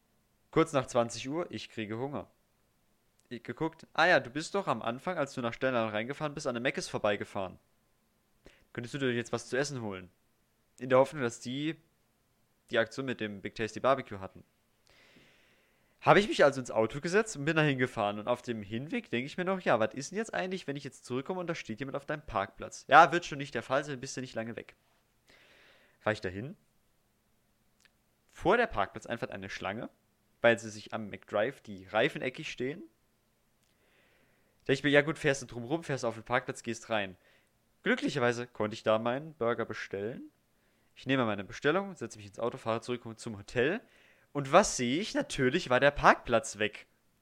Kurz nach 20 Uhr, ich kriege Hunger. Ich geguckt, ja, du bist doch am Anfang, als du nach Stendal reingefahren bist, an der Mc's vorbeigefahren. Könntest du dir jetzt was zu essen holen? In der Hoffnung, dass die Aktion mit dem Big Tasty Barbecue hatten. Habe ich mich also ins Auto gesetzt und bin dahin gefahren. Und auf dem Hinweg denke ich mir noch, ja, was ist denn jetzt eigentlich, wenn ich jetzt zurückkomme und da steht jemand auf deinem Parkplatz? Ja, wird schon nicht der Fall sein, bist du nicht lange weg. Fahre ich dahin. Vor der Parkplatz einfach eine Schlange, weil sie sich am McDrive die Reifen eckig stehen. Da ich mir, ja gut, fährst du drumrum, fährst auf den Parkplatz, gehst rein. Glücklicherweise konnte ich da meinen Burger bestellen. Ich nehme meine Bestellung, setze mich ins Auto, fahre zurück zum Hotel. Und was sehe ich? Natürlich war der Parkplatz weg.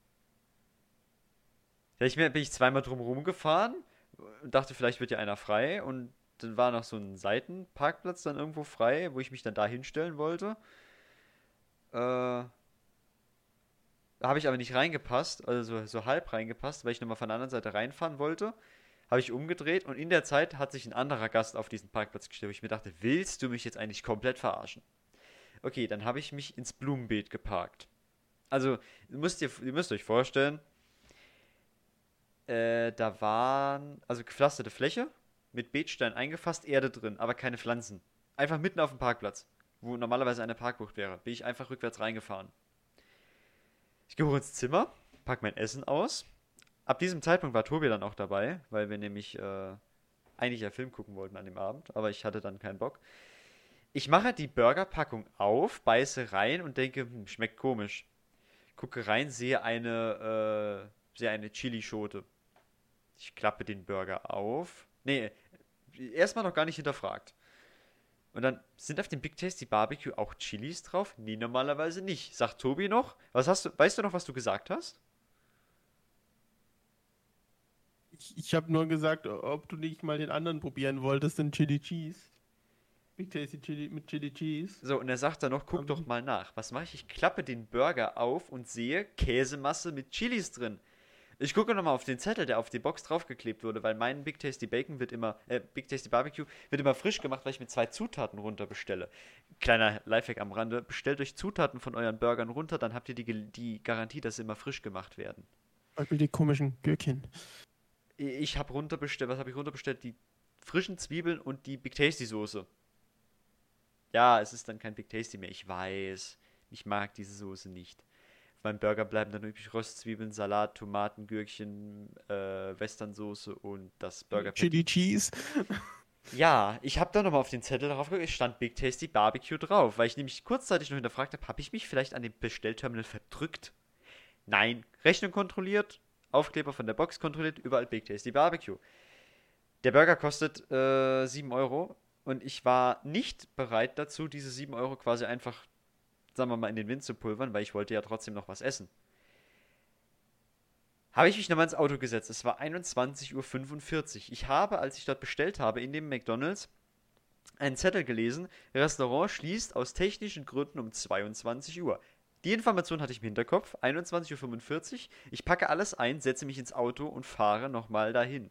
Bin ich zweimal drumherum gefahren und dachte, vielleicht wird ja einer frei. Und dann war noch so ein Seitenparkplatz dann irgendwo frei, wo ich mich dann da hinstellen wollte. Da habe ich aber nicht reingepasst, also so halb reingepasst, weil ich nochmal von der anderen Seite reinfahren wollte. Habe ich umgedreht und in der Zeit hat sich ein anderer Gast auf diesen Parkplatz gestellt, wo ich mir dachte, willst du mich jetzt eigentlich komplett verarschen? Okay, dann habe ich mich ins Blumenbeet geparkt. Also, ihr müsst euch vorstellen, da waren, also gepflasterte Fläche, mit Beetstein eingefasst, Erde drin, aber keine Pflanzen. Einfach mitten auf dem Parkplatz, wo normalerweise eine Parkbucht wäre, bin ich einfach rückwärts reingefahren. Ich gehe hoch ins Zimmer, pack mein Essen aus. Ab diesem Zeitpunkt war Tobi dann auch dabei, weil wir nämlich eigentlich ja Film gucken wollten an dem Abend, aber ich hatte dann keinen Bock. Ich mache die Burgerpackung auf, beiße rein und denke, schmeckt komisch. Gucke rein, sehe eine Chilischote. Ich klappe den Burger auf. Nee, erstmal noch gar nicht hinterfragt. Und dann sind auf dem Big Tasty Barbecue auch Chilis drauf? Nee, normalerweise nicht. Sagt Tobi noch? Weißt du noch, was du gesagt hast? Ich habe nur gesagt, ob du nicht mal den anderen probieren wolltest, den Chili Cheese. Big Tasty Chili mit Chili Cheese. So, und er sagt dann noch, guck doch mal nach. Was mache ich? Ich klappe den Burger auf und sehe Käsemasse mit Chilis drin. Ich gucke nochmal auf den Zettel, der auf die Box draufgeklebt wurde, weil mein Big Tasty Big Tasty Barbecue wird immer frisch gemacht, weil ich mit 2 Zutaten runter bestelle. Kleiner Lifehack am Rande, bestellt euch Zutaten von euren Burgern runter, dann habt ihr die Garantie, dass sie immer frisch gemacht werden. Beispiel die komischen Gürkchen. Ich habe runterbestellt, was habe ich runterbestellt? Die frischen Zwiebeln und die Big Tasty Soße. Ja, es ist dann kein Big Tasty mehr, ich weiß. Ich mag diese Soße nicht. Auf meinem Burger bleiben dann übrig Röstzwiebeln, Salat, Tomaten, Gürkchen, Westernsoße und das Burger Chili Cheese. Ja, ich habe da nochmal auf den Zettel drauf geguckt, es stand Big Tasty Barbecue drauf, weil ich nämlich kurzzeitig noch hinterfragt habe ich mich vielleicht an dem Bestellterminal verdrückt? Nein, Rechnung kontrolliert, Aufkleber von der Box kontrolliert, überall Big Tasty Barbecue. Der Burger kostet 7 Euro und ich war nicht bereit dazu, diese 7 Euro quasi einfach, sagen wir mal, in den Wind zu pulvern, weil ich wollte ja trotzdem noch was essen. Habe ich mich nochmal ins Auto gesetzt. Es war 21:45 Uhr. Ich habe, als ich dort bestellt habe, in dem McDonald's, einen Zettel gelesen, Restaurant schließt aus technischen Gründen um 22 Uhr. Die Information hatte ich im Hinterkopf, 21:45 Uhr. Ich packe alles ein, setze mich ins Auto und fahre nochmal dahin.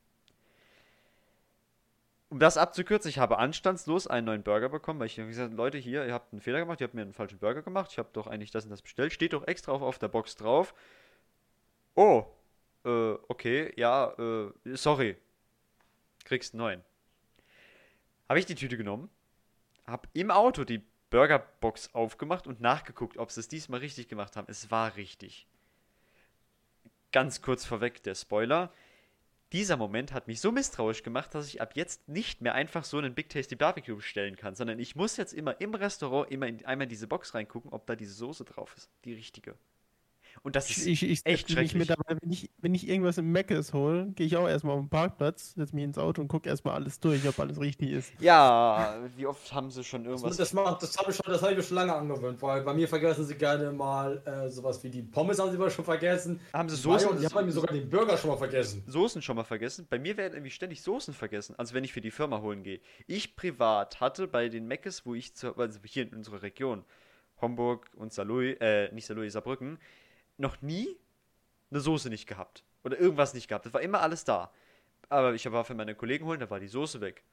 Um das abzukürzen, ich habe anstandslos einen neuen Burger bekommen, weil ich gesagt habe, Leute, hier, ihr habt einen Fehler gemacht, ihr habt mir einen falschen Burger gemacht, ich habe doch eigentlich das und das bestellt, steht doch extra auf der Box drauf. Oh, okay, ja, sorry, kriegst einen neuen. Habe ich die Tüte genommen, habe im Auto die Burgerbox aufgemacht und nachgeguckt, ob sie es diesmal richtig gemacht haben. Es war richtig. Ganz kurz vorweg der Spoiler. Dieser Moment hat mich so misstrauisch gemacht, dass ich ab jetzt nicht mehr einfach so einen Big Tasty Barbecue bestellen kann, sondern ich muss jetzt immer im Restaurant einmal in diese Box reingucken, ob da diese Soße drauf ist. Die richtige. Und das ist Ich echt setze mich schrecklich. mit dabei, wenn ich irgendwas im Mc's hole, gehe ich auch erstmal auf den Parkplatz, setze mich ins Auto und gucke erstmal alles durch, ob alles richtig ist. Ja, wie oft haben sie schon irgendwas... Das habe ich mir schon lange angewöhnt, weil bei mir vergessen sie gerne mal sowas wie die Pommes haben sie mal schon vergessen. Haben sie Die Mayo, Soßen, und die haben bei mir sogar den Burger schon mal vergessen. Soßen schon mal vergessen? Bei mir werden irgendwie ständig Soßen vergessen, also wenn ich für die Firma holen gehe. Ich privat hatte bei den Mc's, also hier in unserer Region, Homburg und nicht Saarlouis, Saarbrücken, noch nie eine Soße nicht gehabt. Oder irgendwas nicht gehabt. Das war immer alles da. Aber ich war für meine Kollegen holen, da war die Soße weg.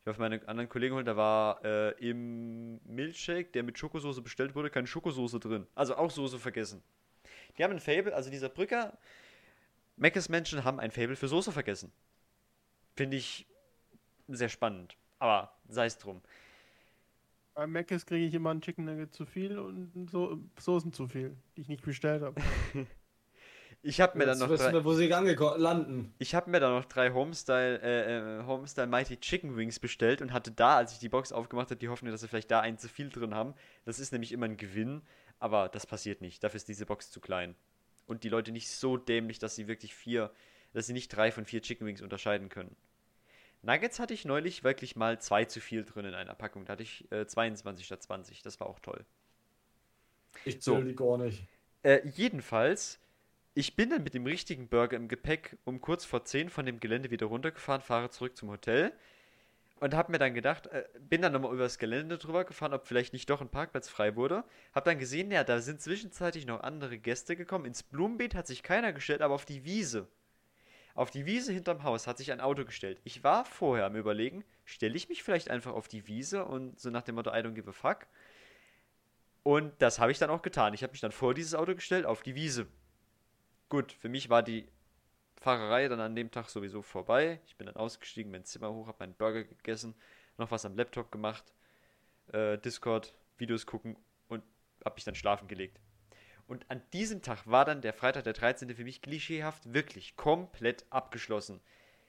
Ich habe meinen anderen Kollegen geholt, da war im Milkshake, der mit Schokosoße bestellt wurde, keine Schokosoße drin. Also auch Soße vergessen. Die haben ein Faible, also dieser Brücker, Mc's Menschen haben ein Faible für Soße vergessen. Finde ich sehr spannend. Aber sei es drum. Bei Mc's kriege ich immer ein Chicken Nugget zu viel und Soßen zu viel, die ich nicht bestellt habe. Ich habe mir dann Jetzt noch wissen drei, wir, wo sie landen. ich habe mir dann noch drei Homestyle Mighty Chicken Wings bestellt und hatte da, als ich die Box aufgemacht habe, die Hoffnung, dass sie vielleicht da einen zu viel drin haben. Das ist nämlich immer ein Gewinn, aber das passiert nicht. Dafür ist diese Box zu klein. Und die Leute nicht so dämlich, dass sie wirklich dass sie nicht 3 von 4 Chicken Wings unterscheiden können. Nuggets hatte ich neulich wirklich mal 2 zu viel drin in einer Packung. Da hatte ich 22 statt 20. Das war auch toll. Ich So. zähle die gar nicht. Jedenfalls, ich bin dann mit dem richtigen Burger im Gepäck um kurz vor 10 von dem Gelände wieder runtergefahren, fahre zurück zum Hotel und habe mir dann gedacht, bin dann nochmal über das Gelände drüber gefahren, ob vielleicht nicht doch ein Parkplatz frei wurde. Habe dann gesehen, ja, da sind zwischenzeitlich noch andere Gäste gekommen. Ins Blumenbeet hat sich keiner gestellt, aber auf die Wiese. Auf die Wiese hinterm Haus hat sich ein Auto gestellt. Ich war vorher am Überlegen, stelle ich mich vielleicht einfach auf die Wiese und so nach dem Motto, I don't give a fuck. Und das habe ich dann auch getan. Ich habe mich dann vor dieses Auto gestellt, auf die Wiese. Gut, für mich war die Fahrerei dann an dem Tag sowieso vorbei. Ich bin dann ausgestiegen, mein Zimmer hoch, habe meinen Burger gegessen, noch was am Laptop gemacht, Discord, Videos gucken und habe mich dann schlafen gelegt. Und an diesem Tag war dann der Freitag, der 13. für mich klischeehaft wirklich komplett abgeschlossen.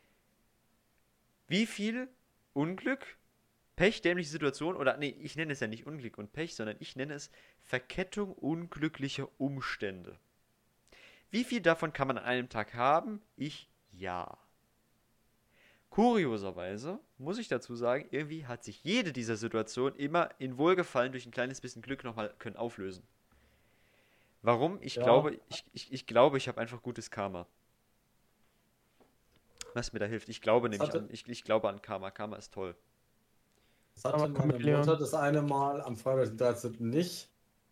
Wie viel Unglück, Pech, dämliche Situation, oder nee, ich nenne es ja nicht Unglück und Pech, sondern ich nenne es Verkettung unglücklicher Umstände. Wie viel davon kann man an einem Tag haben? Ja. Kurioserweise, muss ich dazu sagen, irgendwie hat sich jede dieser Situationen immer in Wohlgefallen durch ein kleines bisschen Glück nochmal können auflösen. Warum? Ich glaube, ich habe einfach gutes Karma. Was mir da hilft. Ich glaube nämlich ich glaube an Karma. Karma ist toll. Das hatte meine Mutter das eine Mal am Freitag, den 13. nicht.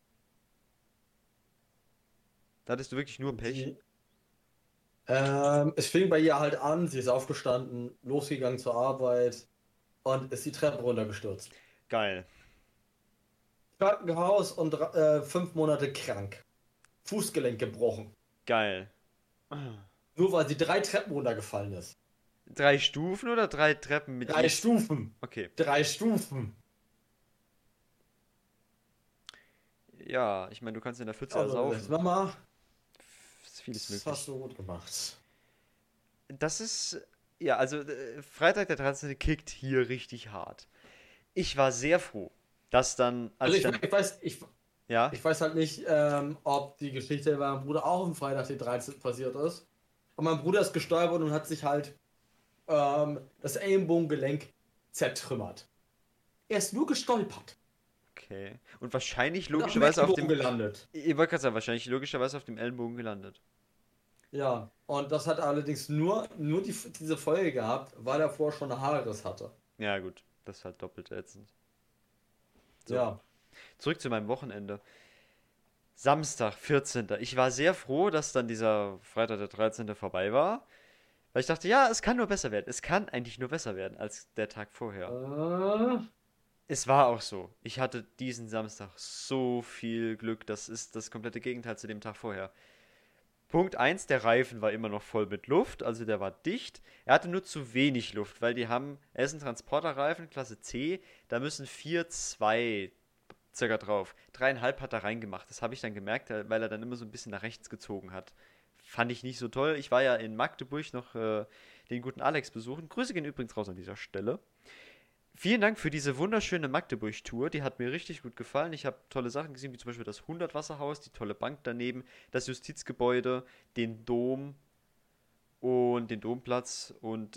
Da hattest du wirklich nur Pech. Es fing bei ihr halt an, sie ist aufgestanden, losgegangen zur Arbeit und ist die Treppe runtergestürzt. Geil. Krankenhaus und 5 Monate krank. Fußgelenk gebrochen. Geil. Nur weil sie 3 Treppen runtergefallen ist. 3 Stufen oder 3 Treppen mit 3 Stufen. Okay. 3 Stufen. Ja, ich meine, du kannst in der Pfütze Also, ersaufen. Mama, Ist vieles das möglich. hast du gut gemacht. Das ist, ja, also Freitag der 13. kickt hier richtig hart. Ich war sehr froh, dass dann, als Also ich dann, ja, ich weiß halt nicht, ob die Geschichte bei meinem Bruder auch am Freitag den 13. passiert ist. Und mein Bruder ist gestolpert und hat sich halt das Ellenbogengelenk zertrümmert. Er ist nur gestolpert. okay. Und wahrscheinlich Und logischerweise auf dem, gelandet. ich wollte gerade sagen, wahrscheinlich logischerweise auf dem Ellenbogen gelandet. Ja, und das hat allerdings nur diese Folge gehabt, weil er vorher schon eine Haarriss hatte. Ja, gut, das ist halt doppelt ätzend. So, Ja. zurück zu meinem Wochenende. Samstag, 14. Ich war sehr froh, dass dann dieser Freitag der 13. vorbei war. Weil ich dachte, ja, es kann nur besser werden. Es kann eigentlich nur besser werden als der Tag vorher. Es war auch so. Ich hatte diesen Samstag so viel Glück. Das ist das komplette Gegenteil zu dem Tag vorher. Punkt 1, der Reifen war immer noch voll mit Luft, also der war dicht. Er hatte nur zu wenig Luft, weil er ist ein Transporterreifen, Klasse C, da müssen 4,2 circa drauf. 3,5 hat er reingemacht. Das habe ich dann gemerkt, weil er dann immer so ein bisschen nach rechts gezogen hat. Fand ich nicht so toll. Ich war ja in Magdeburg noch den guten Alex besuchen. Grüße gehen übrigens raus an dieser Stelle. Vielen Dank für diese wunderschöne Magdeburg-Tour. Die hat mir richtig gut gefallen. Ich habe tolle Sachen gesehen, wie zum Beispiel das 100-Wasserhaus, die tolle Bank daneben, das Justizgebäude, den Dom und den Domplatz und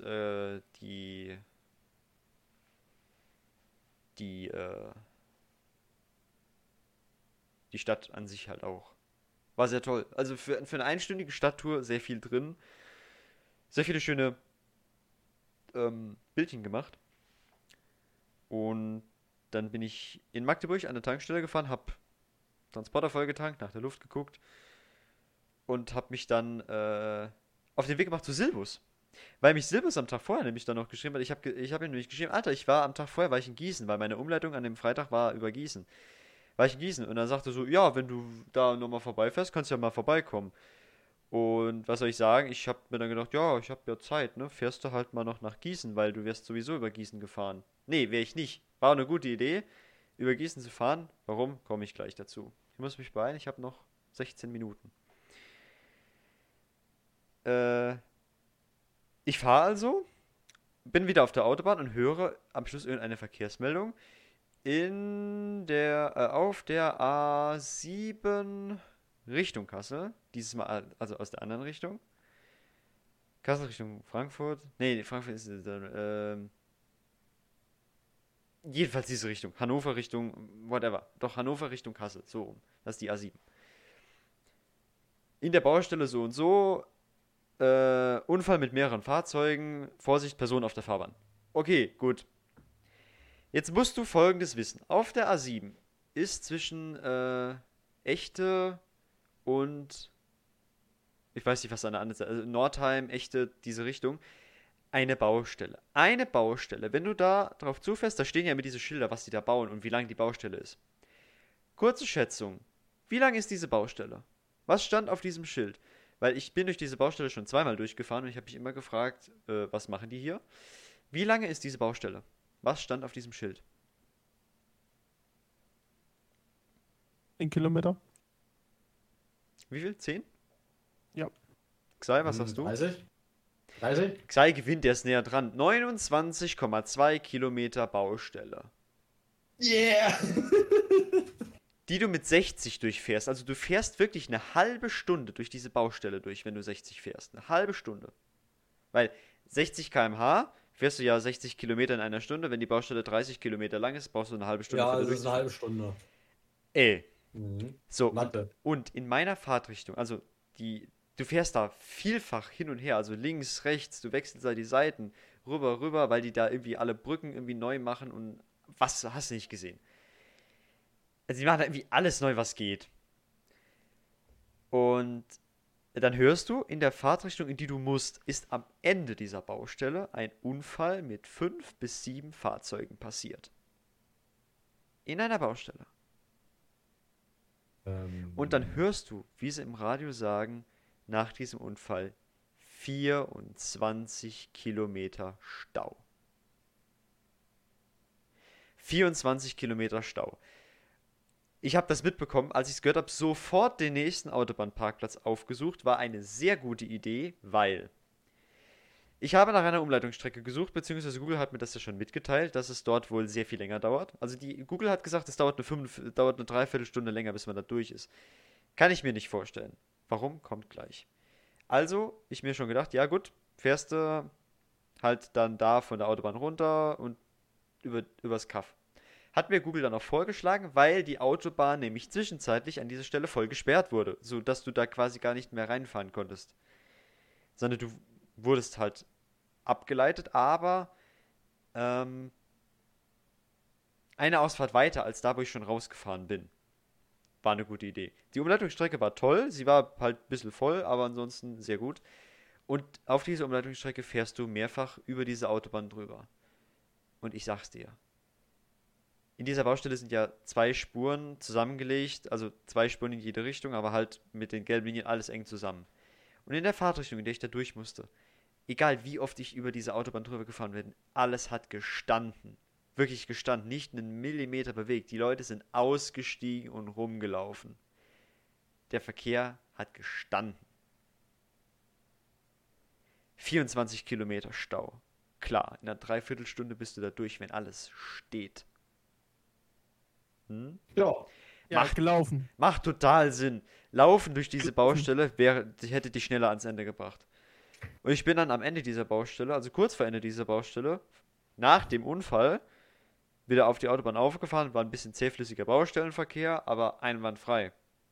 die Stadt an sich halt auch. War sehr toll. Also für eine einstündige Stadttour sehr viel drin. Sehr viele schöne Bildchen gemacht. Und dann bin ich in Magdeburg an der Tankstelle gefahren, hab Transporter vollgetankt, nach der Luft geguckt und hab mich dann auf den Weg gemacht zu Silvus. Weil mich Silbers am Tag vorher nämlich dann noch geschrieben hat. Ich hab ihm nämlich geschrieben, Alter, am Tag vorher war ich in Gießen, weil meine Umleitung an dem Freitag war über Gießen. War ich in Gießen und dann sagte er so, ja, wenn du da nochmal vorbeifährst, kannst du ja mal vorbeikommen. Und was soll ich sagen? Ich habe mir dann gedacht, ja, ich habe ja Zeit, ne? Fährst du halt mal noch nach Gießen, weil du wärst sowieso über Gießen gefahren. Nee, wäre ich nicht. War eine gute Idee, über Gießen zu fahren. Warum? Komme ich gleich dazu. Ich muss mich beeilen, ich habe noch 16 Minuten. Äh, Ich fahre also, bin wieder auf der Autobahn und höre am Schluss irgendeine Verkehrsmeldung auf der A7 Richtung Kassel. Dieses Mal also aus der anderen Richtung. Kassel Richtung Frankfurt. Nee, Frankfurt ist jedenfalls diese Richtung. Hannover Richtung whatever. Doch Hannover Richtung Kassel. So rum. Das ist die A7. In der Baustelle so und so. Unfall mit mehreren Fahrzeugen. Vorsicht, Person auf der Fahrbahn. Okay, gut. Jetzt musst du Folgendes wissen. Auf der A7 ist zwischen Echte und ich weiß nicht, was an der anderen Seite, also Nordheim, Echte, diese Richtung, eine Baustelle. Eine Baustelle. Wenn du da drauf zufährst, da stehen ja immer diese Schilder, was die da bauen und wie lang die Baustelle ist. Kurze Schätzung. Wie lang ist diese Baustelle? Was stand auf diesem Schild? Weil ich bin durch diese Baustelle schon zweimal durchgefahren und ich habe mich immer gefragt, was machen die hier? Wie lange ist diese Baustelle? Was stand auf diesem Schild? 1 Kilometer? Wie viel? 10? Ja. Xai, was sagst du? 30? 30? Xai gewinnt, der ist näher dran. 29,2 Kilometer Baustelle. Yeah! Die du mit 60 durchfährst. Also du fährst wirklich eine halbe Stunde durch diese Baustelle durch, wenn du 60 fährst. Eine halbe Stunde. Weil 60 km/h fährst du ja 60 Kilometer in einer Stunde. Wenn die Baustelle 30 Kilometer lang ist, brauchst du eine halbe Stunde. Ja, für es ist eine halbe Stunde. Ey. Mhm. So, Mathe. und in meiner Fahrtrichtung, also du fährst da vielfach hin und her, also links, rechts, du wechselst da die Seiten, rüber, weil die da irgendwie alle Brücken irgendwie neu machen und was hast du nicht gesehen. Also die machen da irgendwie alles neu, was geht. Und dann hörst du, in der Fahrtrichtung, in die du musst, ist am Ende dieser Baustelle ein Unfall mit 5 bis 7 Fahrzeugen passiert. In einer Baustelle. Und dann hörst du, wie sie im Radio sagen, nach diesem Unfall 24 Kilometer Stau. 24 Kilometer Stau. Ich habe das mitbekommen, als ich es gehört habe, sofort den nächsten Autobahnparkplatz aufgesucht. War eine sehr gute Idee, weil ich habe nach einer Umleitungsstrecke gesucht, beziehungsweise Google hat mir das ja schon mitgeteilt, dass es dort wohl sehr viel länger dauert. Also Google hat gesagt, es dauert eine Dreiviertelstunde länger, bis man da durch ist. Kann ich mir nicht vorstellen. Warum? Kommt gleich. Also, ich mir schon gedacht, ja gut, fährst du halt dann da von der Autobahn runter und übers Kaff. Hat mir Google dann auch vorgeschlagen, weil die Autobahn nämlich zwischenzeitlich an dieser Stelle voll gesperrt wurde, sodass du da quasi gar nicht mehr reinfahren konntest. Sondern du wurdest halt abgeleitet, aber eine Ausfahrt weiter als da, wo ich schon rausgefahren bin. War eine gute Idee. Die Umleitungsstrecke war toll, sie war halt ein bisschen voll, aber ansonsten sehr gut. Und auf diese Umleitungsstrecke fährst du mehrfach über diese Autobahn drüber. Und ich sag's dir. In dieser Baustelle sind ja 2 Spuren zusammengelegt, also 2 Spuren in jede Richtung, aber halt mit den gelben Linien alles eng zusammen. Und in der Fahrtrichtung, in der ich da durch musste, egal wie oft ich über diese Autobahn drüber gefahren bin, alles hat gestanden. Wirklich gestanden, nicht einen Millimeter bewegt. Die Leute sind ausgestiegen und rumgelaufen. Der Verkehr hat gestanden. 24 Kilometer Stau. Klar, in einer Dreiviertelstunde bist du da durch, wenn alles steht. Ja. Ja, gelaufen. Macht total Sinn. Laufen durch diese Baustelle hätte dich schneller ans Ende gebracht. Und ich bin dann am Ende dieser Baustelle, also kurz vor Ende dieser Baustelle, nach dem Unfall, wieder auf die Autobahn aufgefahren, war ein bisschen zähflüssiger Baustellenverkehr, aber einwandfrei.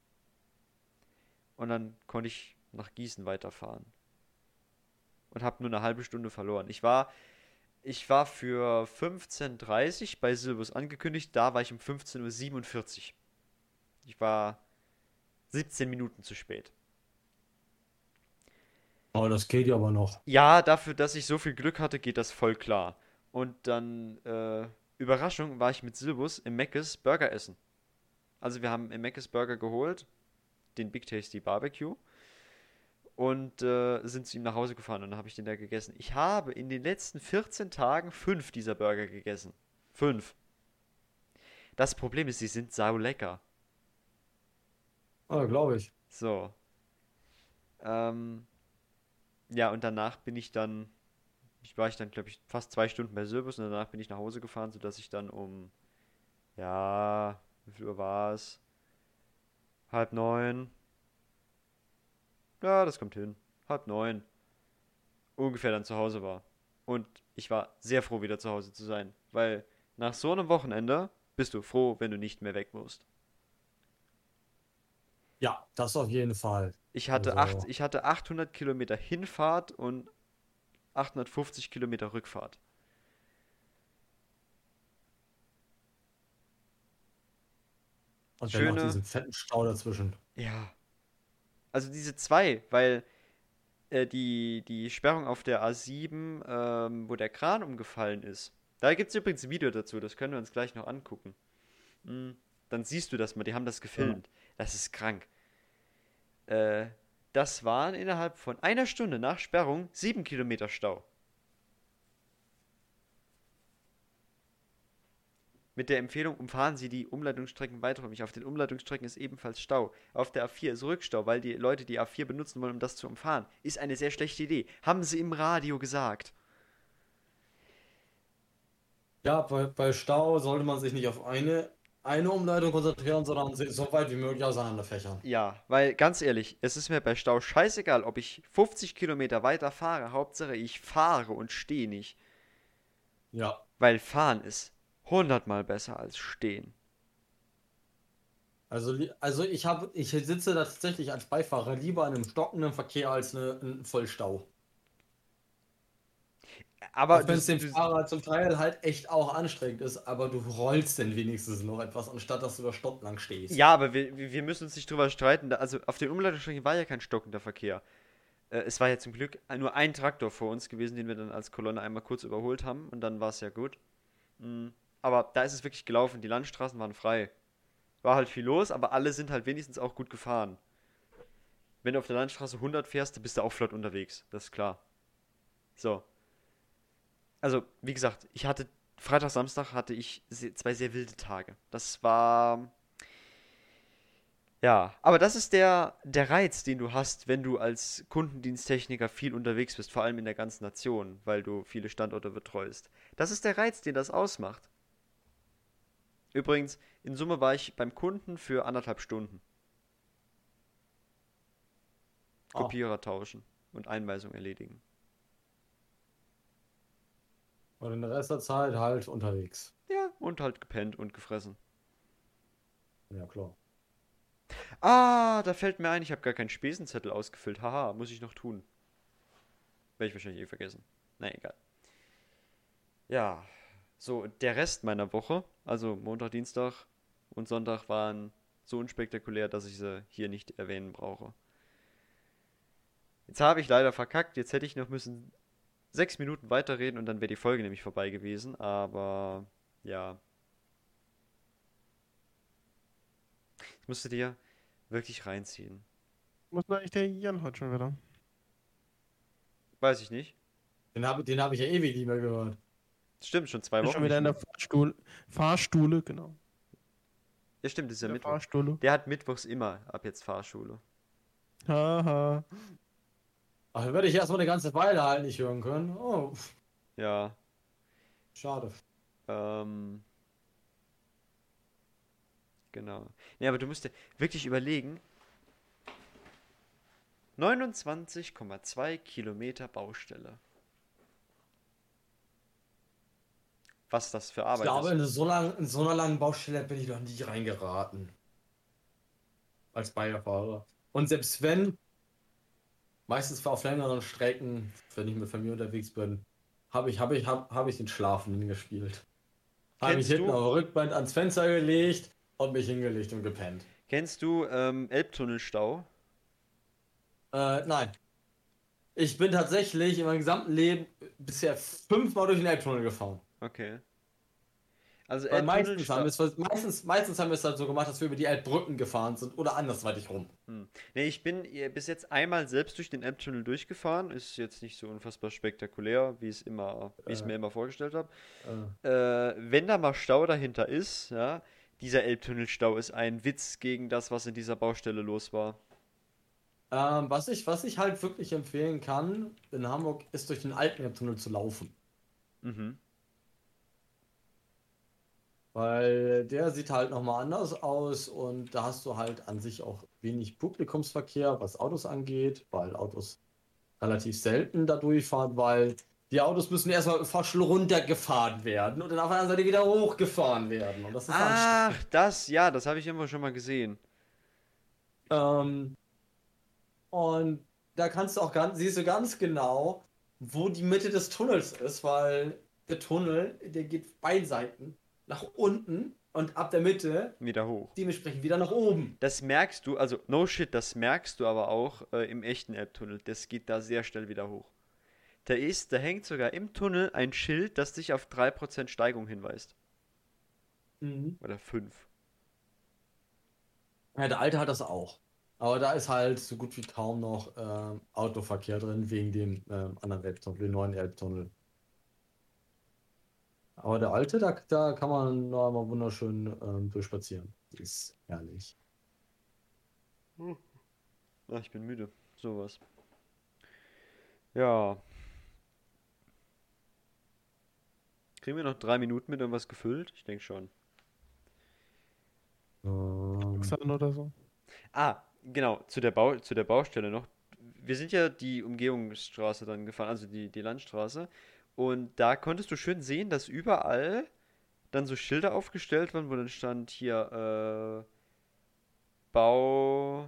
Und dann konnte ich nach Gießen weiterfahren. Und habe nur eine halbe Stunde verloren. Ich war für 15:30 Uhr bei Silbus angekündigt, da war ich um 15:47 Uhr. Ich war 17 Minuten zu spät. Oh, das geht ja aber noch. Ja, dafür, dass ich so viel Glück hatte, geht das voll klar. Und dann, Überraschung, war ich mit Silbus im Mc's Burger essen. Also wir haben im Mc's Burger geholt, den Big Tasty Barbecue, und sind zu ihm nach Hause gefahren und dann habe ich den da gegessen. Ich habe in den letzten 14 Tagen 5 dieser Burger gegessen. 5. Das Problem ist, sie sind sau lecker. Ah, glaube ich. So. Ähm, ja, und danach war ich dann, glaube ich, fast 2 Stunden bei Silbus und danach bin ich nach Hause gefahren, sodass ich dann ja, wie viel Uhr war es? Halb neun. Ja, das kommt hin. Halb neun. Ungefähr dann zu Hause war. Und ich war sehr froh, wieder zu Hause zu sein, weil nach so einem Wochenende bist du froh, wenn du nicht mehr weg musst. Ja, das auf jeden Fall. Also, Ich hatte 800 Kilometer Hinfahrt und 850 Kilometer Rückfahrt. und dann noch Schöne, diesen fetten Stau dazwischen. ja, also diese zwei, weil die Sperrung auf der A7, wo der Kran umgefallen ist. Da gibt es übrigens ein Video dazu, das können wir uns gleich noch angucken. Mm, Dann siehst du das mal, die haben das Ja. gefilmt. Das ist krank. Äh, Das waren innerhalb von einer Stunde nach Sperrung 7 Kilometer Stau. Mit der Empfehlung, umfahren Sie die Umleitungsstrecken weiträumig. Auf den Umleitungsstrecken ist ebenfalls Stau. Auf der A4 ist Rückstau, weil die Leute die A4 benutzen wollen, um das zu umfahren. Ist eine sehr schlechte Idee. Haben sie im Radio gesagt. Ja, bei Stau sollte man sich nicht auf eine Umleitung konzentrieren, sondern sie so weit wie möglich auseinanderfächern. Ja, weil ganz ehrlich, es ist mir bei Stau scheißegal, ob ich 50 Kilometer weiter fahre. Hauptsache ich fahre und stehe nicht. Ja. Weil fahren ist 100-mal besser als stehen. Also ich sitze da tatsächlich als Beifahrer lieber in einem stockenden Verkehr als ein Vollstau. Aber Auch du, wenn es dem du, Fahrer zum Teil halt echt auch anstrengend ist, aber du rollst denn wenigstens noch etwas, anstatt dass du da stundenlang stehst. ja, aber wir müssen uns nicht drüber streiten. Also auf den Umleitungsstrecken war ja kein stockender Verkehr. Es war ja zum Glück nur ein Traktor vor uns gewesen, den wir dann als Kolonne einmal kurz überholt haben und dann war es ja gut. Mm, Aber da ist es wirklich gelaufen. Die Landstraßen waren frei. War halt viel los, aber alle sind halt wenigstens auch gut gefahren. Wenn du auf der Landstraße 100 fährst, dann bist du auch flott unterwegs. Das ist klar. So. Also, wie gesagt, Freitag, Samstag hatte ich zwei sehr wilde Tage. Das war, ja, aber das ist der Reiz, den du hast, wenn du als Kundendiensttechniker viel unterwegs bist, vor allem in der ganzen Nation, weil du viele Standorte betreust. Das ist der Reiz, den das ausmacht. Übrigens, in Summe war ich beim Kunden für 1,5 Stunden. Ah, Kopierer tauschen und Einweisung erledigen. und den Rest der Zeit halt unterwegs. Ja, und halt gepennt und gefressen. Ja, klar. Ah, da fällt mir ein, ich habe gar keinen Spesenzettel ausgefüllt. Haha, muss ich noch tun. Werde ich wahrscheinlich eh vergessen. Na egal. Ja, so der Rest meiner Woche, also Montag, Dienstag und Sonntag waren so unspektakulär, dass ich sie hier nicht erwähnen brauche. Jetzt habe ich leider verkackt, jetzt hätte ich noch müssen 6 Minuten weiterreden und dann wäre die Folge nämlich vorbei gewesen, aber ja, ich musste dir wirklich reinziehen. Muss man eigentlich der Jan heute schon wieder? Weiß ich nicht. Den hab ich ja ewig nicht mehr gehört. Stimmt, schon zwei Ist Wochen schon wieder nicht in mehr. der Fahrstuhle, genau. Ja, stimmt, das ist ja In der Mittwoch. Fahrstuhle. Der hat mittwochs immer ab jetzt Fahrschule. Haha. Ach, dann werde ich erstmal eine ganze Weile halt nicht hören können. Oh, Ja, schade. ähm, genau. Nee, aber du musst dir wirklich überlegen, 29,2 Kilometer Baustelle. Was das für Ich Arbeit glaube, ist. in so einer langen Baustelle bin ich noch nie reingeraten. Als Beifahrer. Und selbst wenn, meistens auf längeren Strecken, wenn ich mit Familie unterwegs bin, habe ich den Schlafenden gespielt. Habe ich Kennst hinten du, auf der Rückwand ans Fenster gelegt und mich hingelegt und gepennt. kennst du Elbtunnelstau? Nein. Ich bin tatsächlich in meinem gesamten Leben bisher 5-mal durch den Elbtunnel gefahren. Okay. Also Weil Elbtunnelstau. meistens haben wir es halt so gemacht, dass wir über die Elbbrücken gefahren sind oder andersweitig rum. Nee, ich bin bis jetzt einmal selbst durch den Elbtunnel durchgefahren. Ist jetzt nicht so unfassbar spektakulär, wie ich es Äh, mir immer vorgestellt habe. äh. Wenn da mal Stau dahinter ist, ja, dieser Elbtunnelstau ist ein Witz gegen das, was in dieser Baustelle los war. Was ich halt wirklich empfehlen kann in Hamburg, ist durch den alten Elbtunnel zu laufen. Mhm. Weil der sieht halt nochmal anders aus und da hast du halt an sich auch wenig Publikumsverkehr, was Autos angeht, weil Autos relativ selten da durchfahren, weil die Autos müssen erstmal im Fahrstuhl runtergefahren werden und dann auf der anderen Seite wieder hochgefahren werden. Und das ist anstrengend. Ach, das, ja, das habe ich immer schon mal gesehen. Ähm, und da siehst du ganz genau, wo die Mitte des Tunnels ist, weil der Tunnel, der geht beiden Seiten nach unten und ab der Mitte Wieder hoch. dementsprechend wieder nach oben. Das merkst du, also no shit, das merkst du aber auch im echten Elbtunnel. Das geht da sehr schnell wieder hoch. Da hängt sogar im Tunnel ein Schild, das dich auf 3% Steigung hinweist. Mhm. Oder 5. Ja, der alte hat das auch. Aber da ist halt so gut wie kaum noch Autoverkehr drin, wegen dem anderen Elbtunnel, dem neuen Elbtunnel. Aber der alte, da kann man noch mal wunderschön durchspazieren. Ist herrlich. Ach, ich bin müde. Sowas. Ja. Kriegen wir noch 3 Minuten mit irgendwas gefüllt? Ich denke schon. Ähm, Xan oder so. Ah, genau, zu der Baustelle noch. Wir sind ja die Umgehungsstraße dann gefahren, also die Landstraße. Und da konntest du schön sehen, dass überall dann so Schilder aufgestellt waren, wo dann stand hier Bau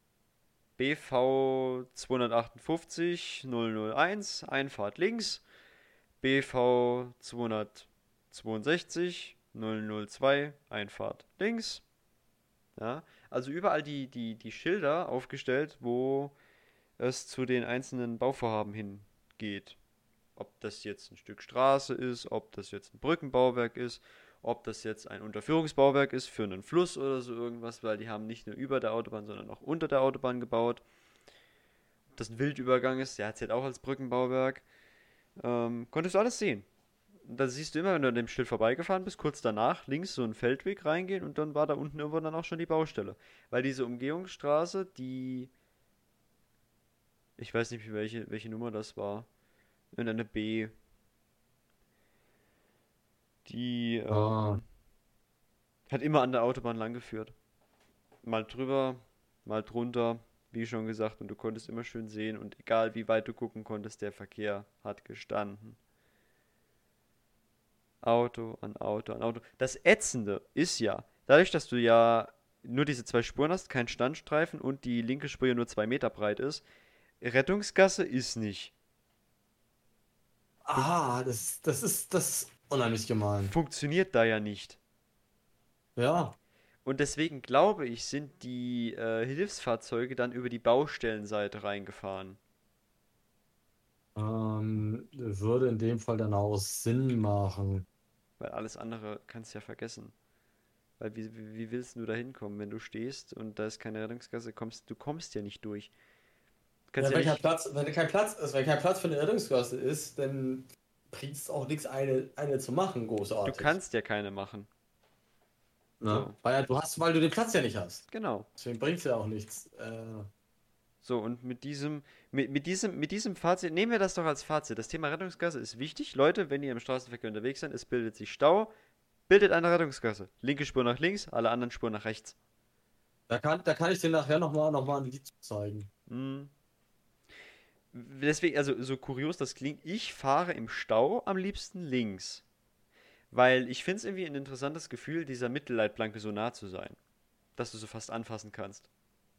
BV 258 001, Einfahrt links, BV 262 002, Einfahrt links. Ja, also überall die Schilder aufgestellt, wo es zu den einzelnen Bauvorhaben hingeht. Ob das jetzt ein Stück Straße ist, ob das jetzt ein Brückenbauwerk ist, ob das jetzt ein Unterführungsbauwerk ist für einen Fluss oder so irgendwas, weil die haben nicht nur über der Autobahn, sondern auch unter der Autobahn gebaut. Ob das ein Wildübergang ist, der hat es halt auch als Brückenbauwerk. Konntest du alles sehen. Und da siehst du immer, wenn du an dem Schild vorbeigefahren bist, kurz danach links so einen Feldweg reingehen und dann war da unten irgendwo dann auch schon die Baustelle. Weil diese Umgehungsstraße, ich weiß nicht, welche Nummer das war, irgendeine B, die ah, hat immer an der Autobahn lang geführt. Mal drüber, mal drunter, wie schon gesagt, und du konntest immer schön sehen und egal wie weit du gucken konntest, der Verkehr hat gestanden. Auto an Auto an Auto. Das Ätzende ist ja, dadurch, dass du ja nur diese zwei Spuren hast, kein Standstreifen und die linke Spur ja nur 2 Meter breit ist, Rettungsgasse ist nicht. Fun das ist unheimlich gemein. funktioniert da ja nicht. Ja, Und deswegen glaube ich, sind die Hilfsfahrzeuge dann über die Baustellenseite reingefahren. würde in dem Fall dann auch Sinn machen. Weil alles andere kannst du ja vergessen. Weil wie willst du da hinkommen, wenn du stehst und da ist keine Rettungsgasse, du kommst ja nicht durch. Du kannst Ja, ja nicht. wenn kein Platz für eine Rettungsgasse ist, dann bringt es auch nichts, eine zu machen, Du großartig. kannst ja keine machen. Ne? So, Weil du den Platz ja nicht hast. genau. Deswegen bringt es ja auch nichts. So, und mit diesem Fazit, nehmen wir das doch als Fazit. Das Thema Rettungsgasse ist wichtig. Leute, wenn ihr im Straßenverkehr unterwegs seid, es bildet sich Stau, bildet eine Rettungsgasse. Linke Spur nach links, alle anderen Spuren nach rechts. Da kann ich dir nachher noch mal ein Lied zu zeigen. Hm. Deswegen, also so kurios das klingt, ich fahre im Stau am liebsten links. Weil ich finde es irgendwie ein interessantes Gefühl, dieser Mittelleitplanke so nah zu sein. Dass du so fast anfassen kannst.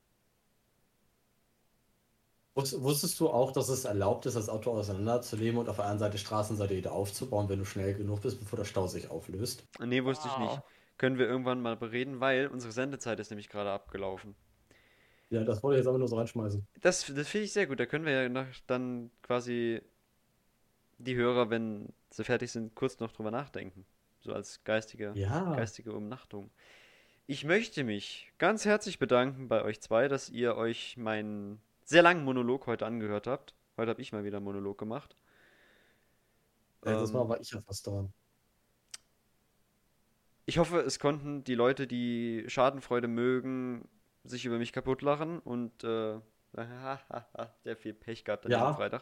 Wusstest du auch, dass es erlaubt ist, das Auto auseinanderzunehmen und auf der anderen Seite Straßenseite wieder aufzubauen, wenn du schnell genug bist, bevor der Stau sich auflöst? Nee, wusste ich nicht. Wow. Können wir irgendwann mal bereden, weil unsere Sendezeit ist nämlich gerade abgelaufen. Ja, das wollte ich jetzt aber nur so reinschmeißen. Das finde ich sehr gut. Da können wir ja dann quasi die Hörer, wenn sie fertig sind, kurz noch drüber nachdenken. So als Ja, geistige Umnachtung. Ich möchte mich ganz herzlich bedanken bei euch zwei, dass ihr euch meinen sehr langen Monolog heute angehört habt. Heute habe ich mal wieder einen Monolog gemacht. letztes Mal Ähm, war ich ja fast dran. Ich hoffe, es konnten die Leute, die Schadenfreude mögen, sich über mich kaputt lachen und sehr viel Pech gehabt an diesem Ja, Freitag.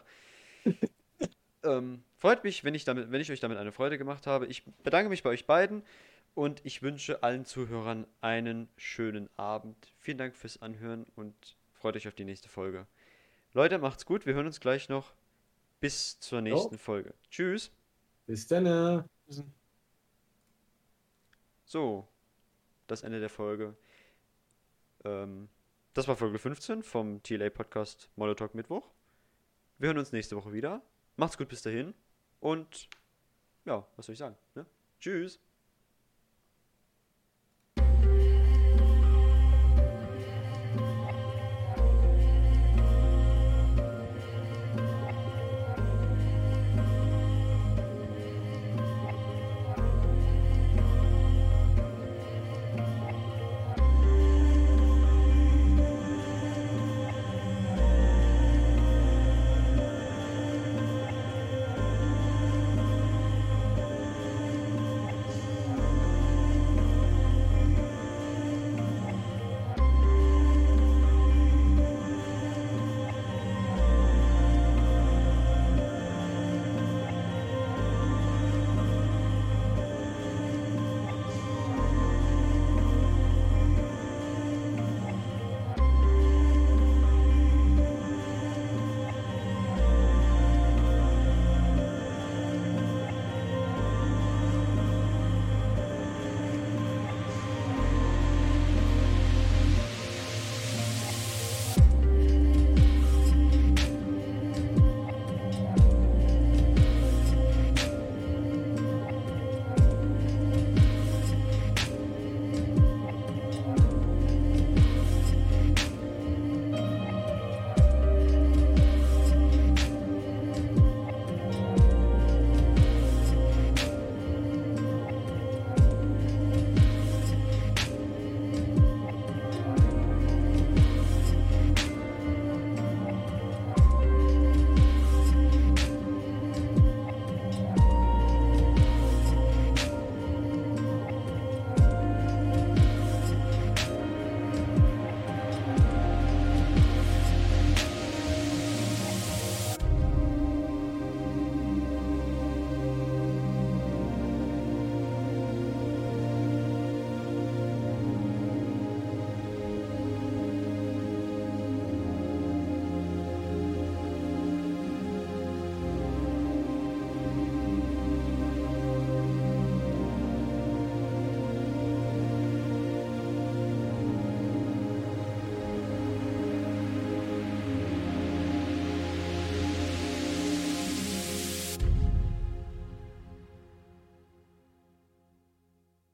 Freut mich, wenn ich euch damit eine Freude gemacht habe. Ich bedanke mich bei euch beiden und ich wünsche allen Zuhörern einen schönen Abend. Vielen Dank fürs Anhören und freut euch auf die nächste Folge. Leute, macht's gut. Wir hören uns gleich noch. Bis zur jo, nächsten Folge. Tschüss. bis dann. So, das Ende der Folge. Ähm, Das war Folge 15 vom TLA Podcast Molotalk Mittwoch. Wir hören uns nächste Woche wieder. Macht's gut bis dahin. Und ja, was soll ich sagen? Ne? Tschüss.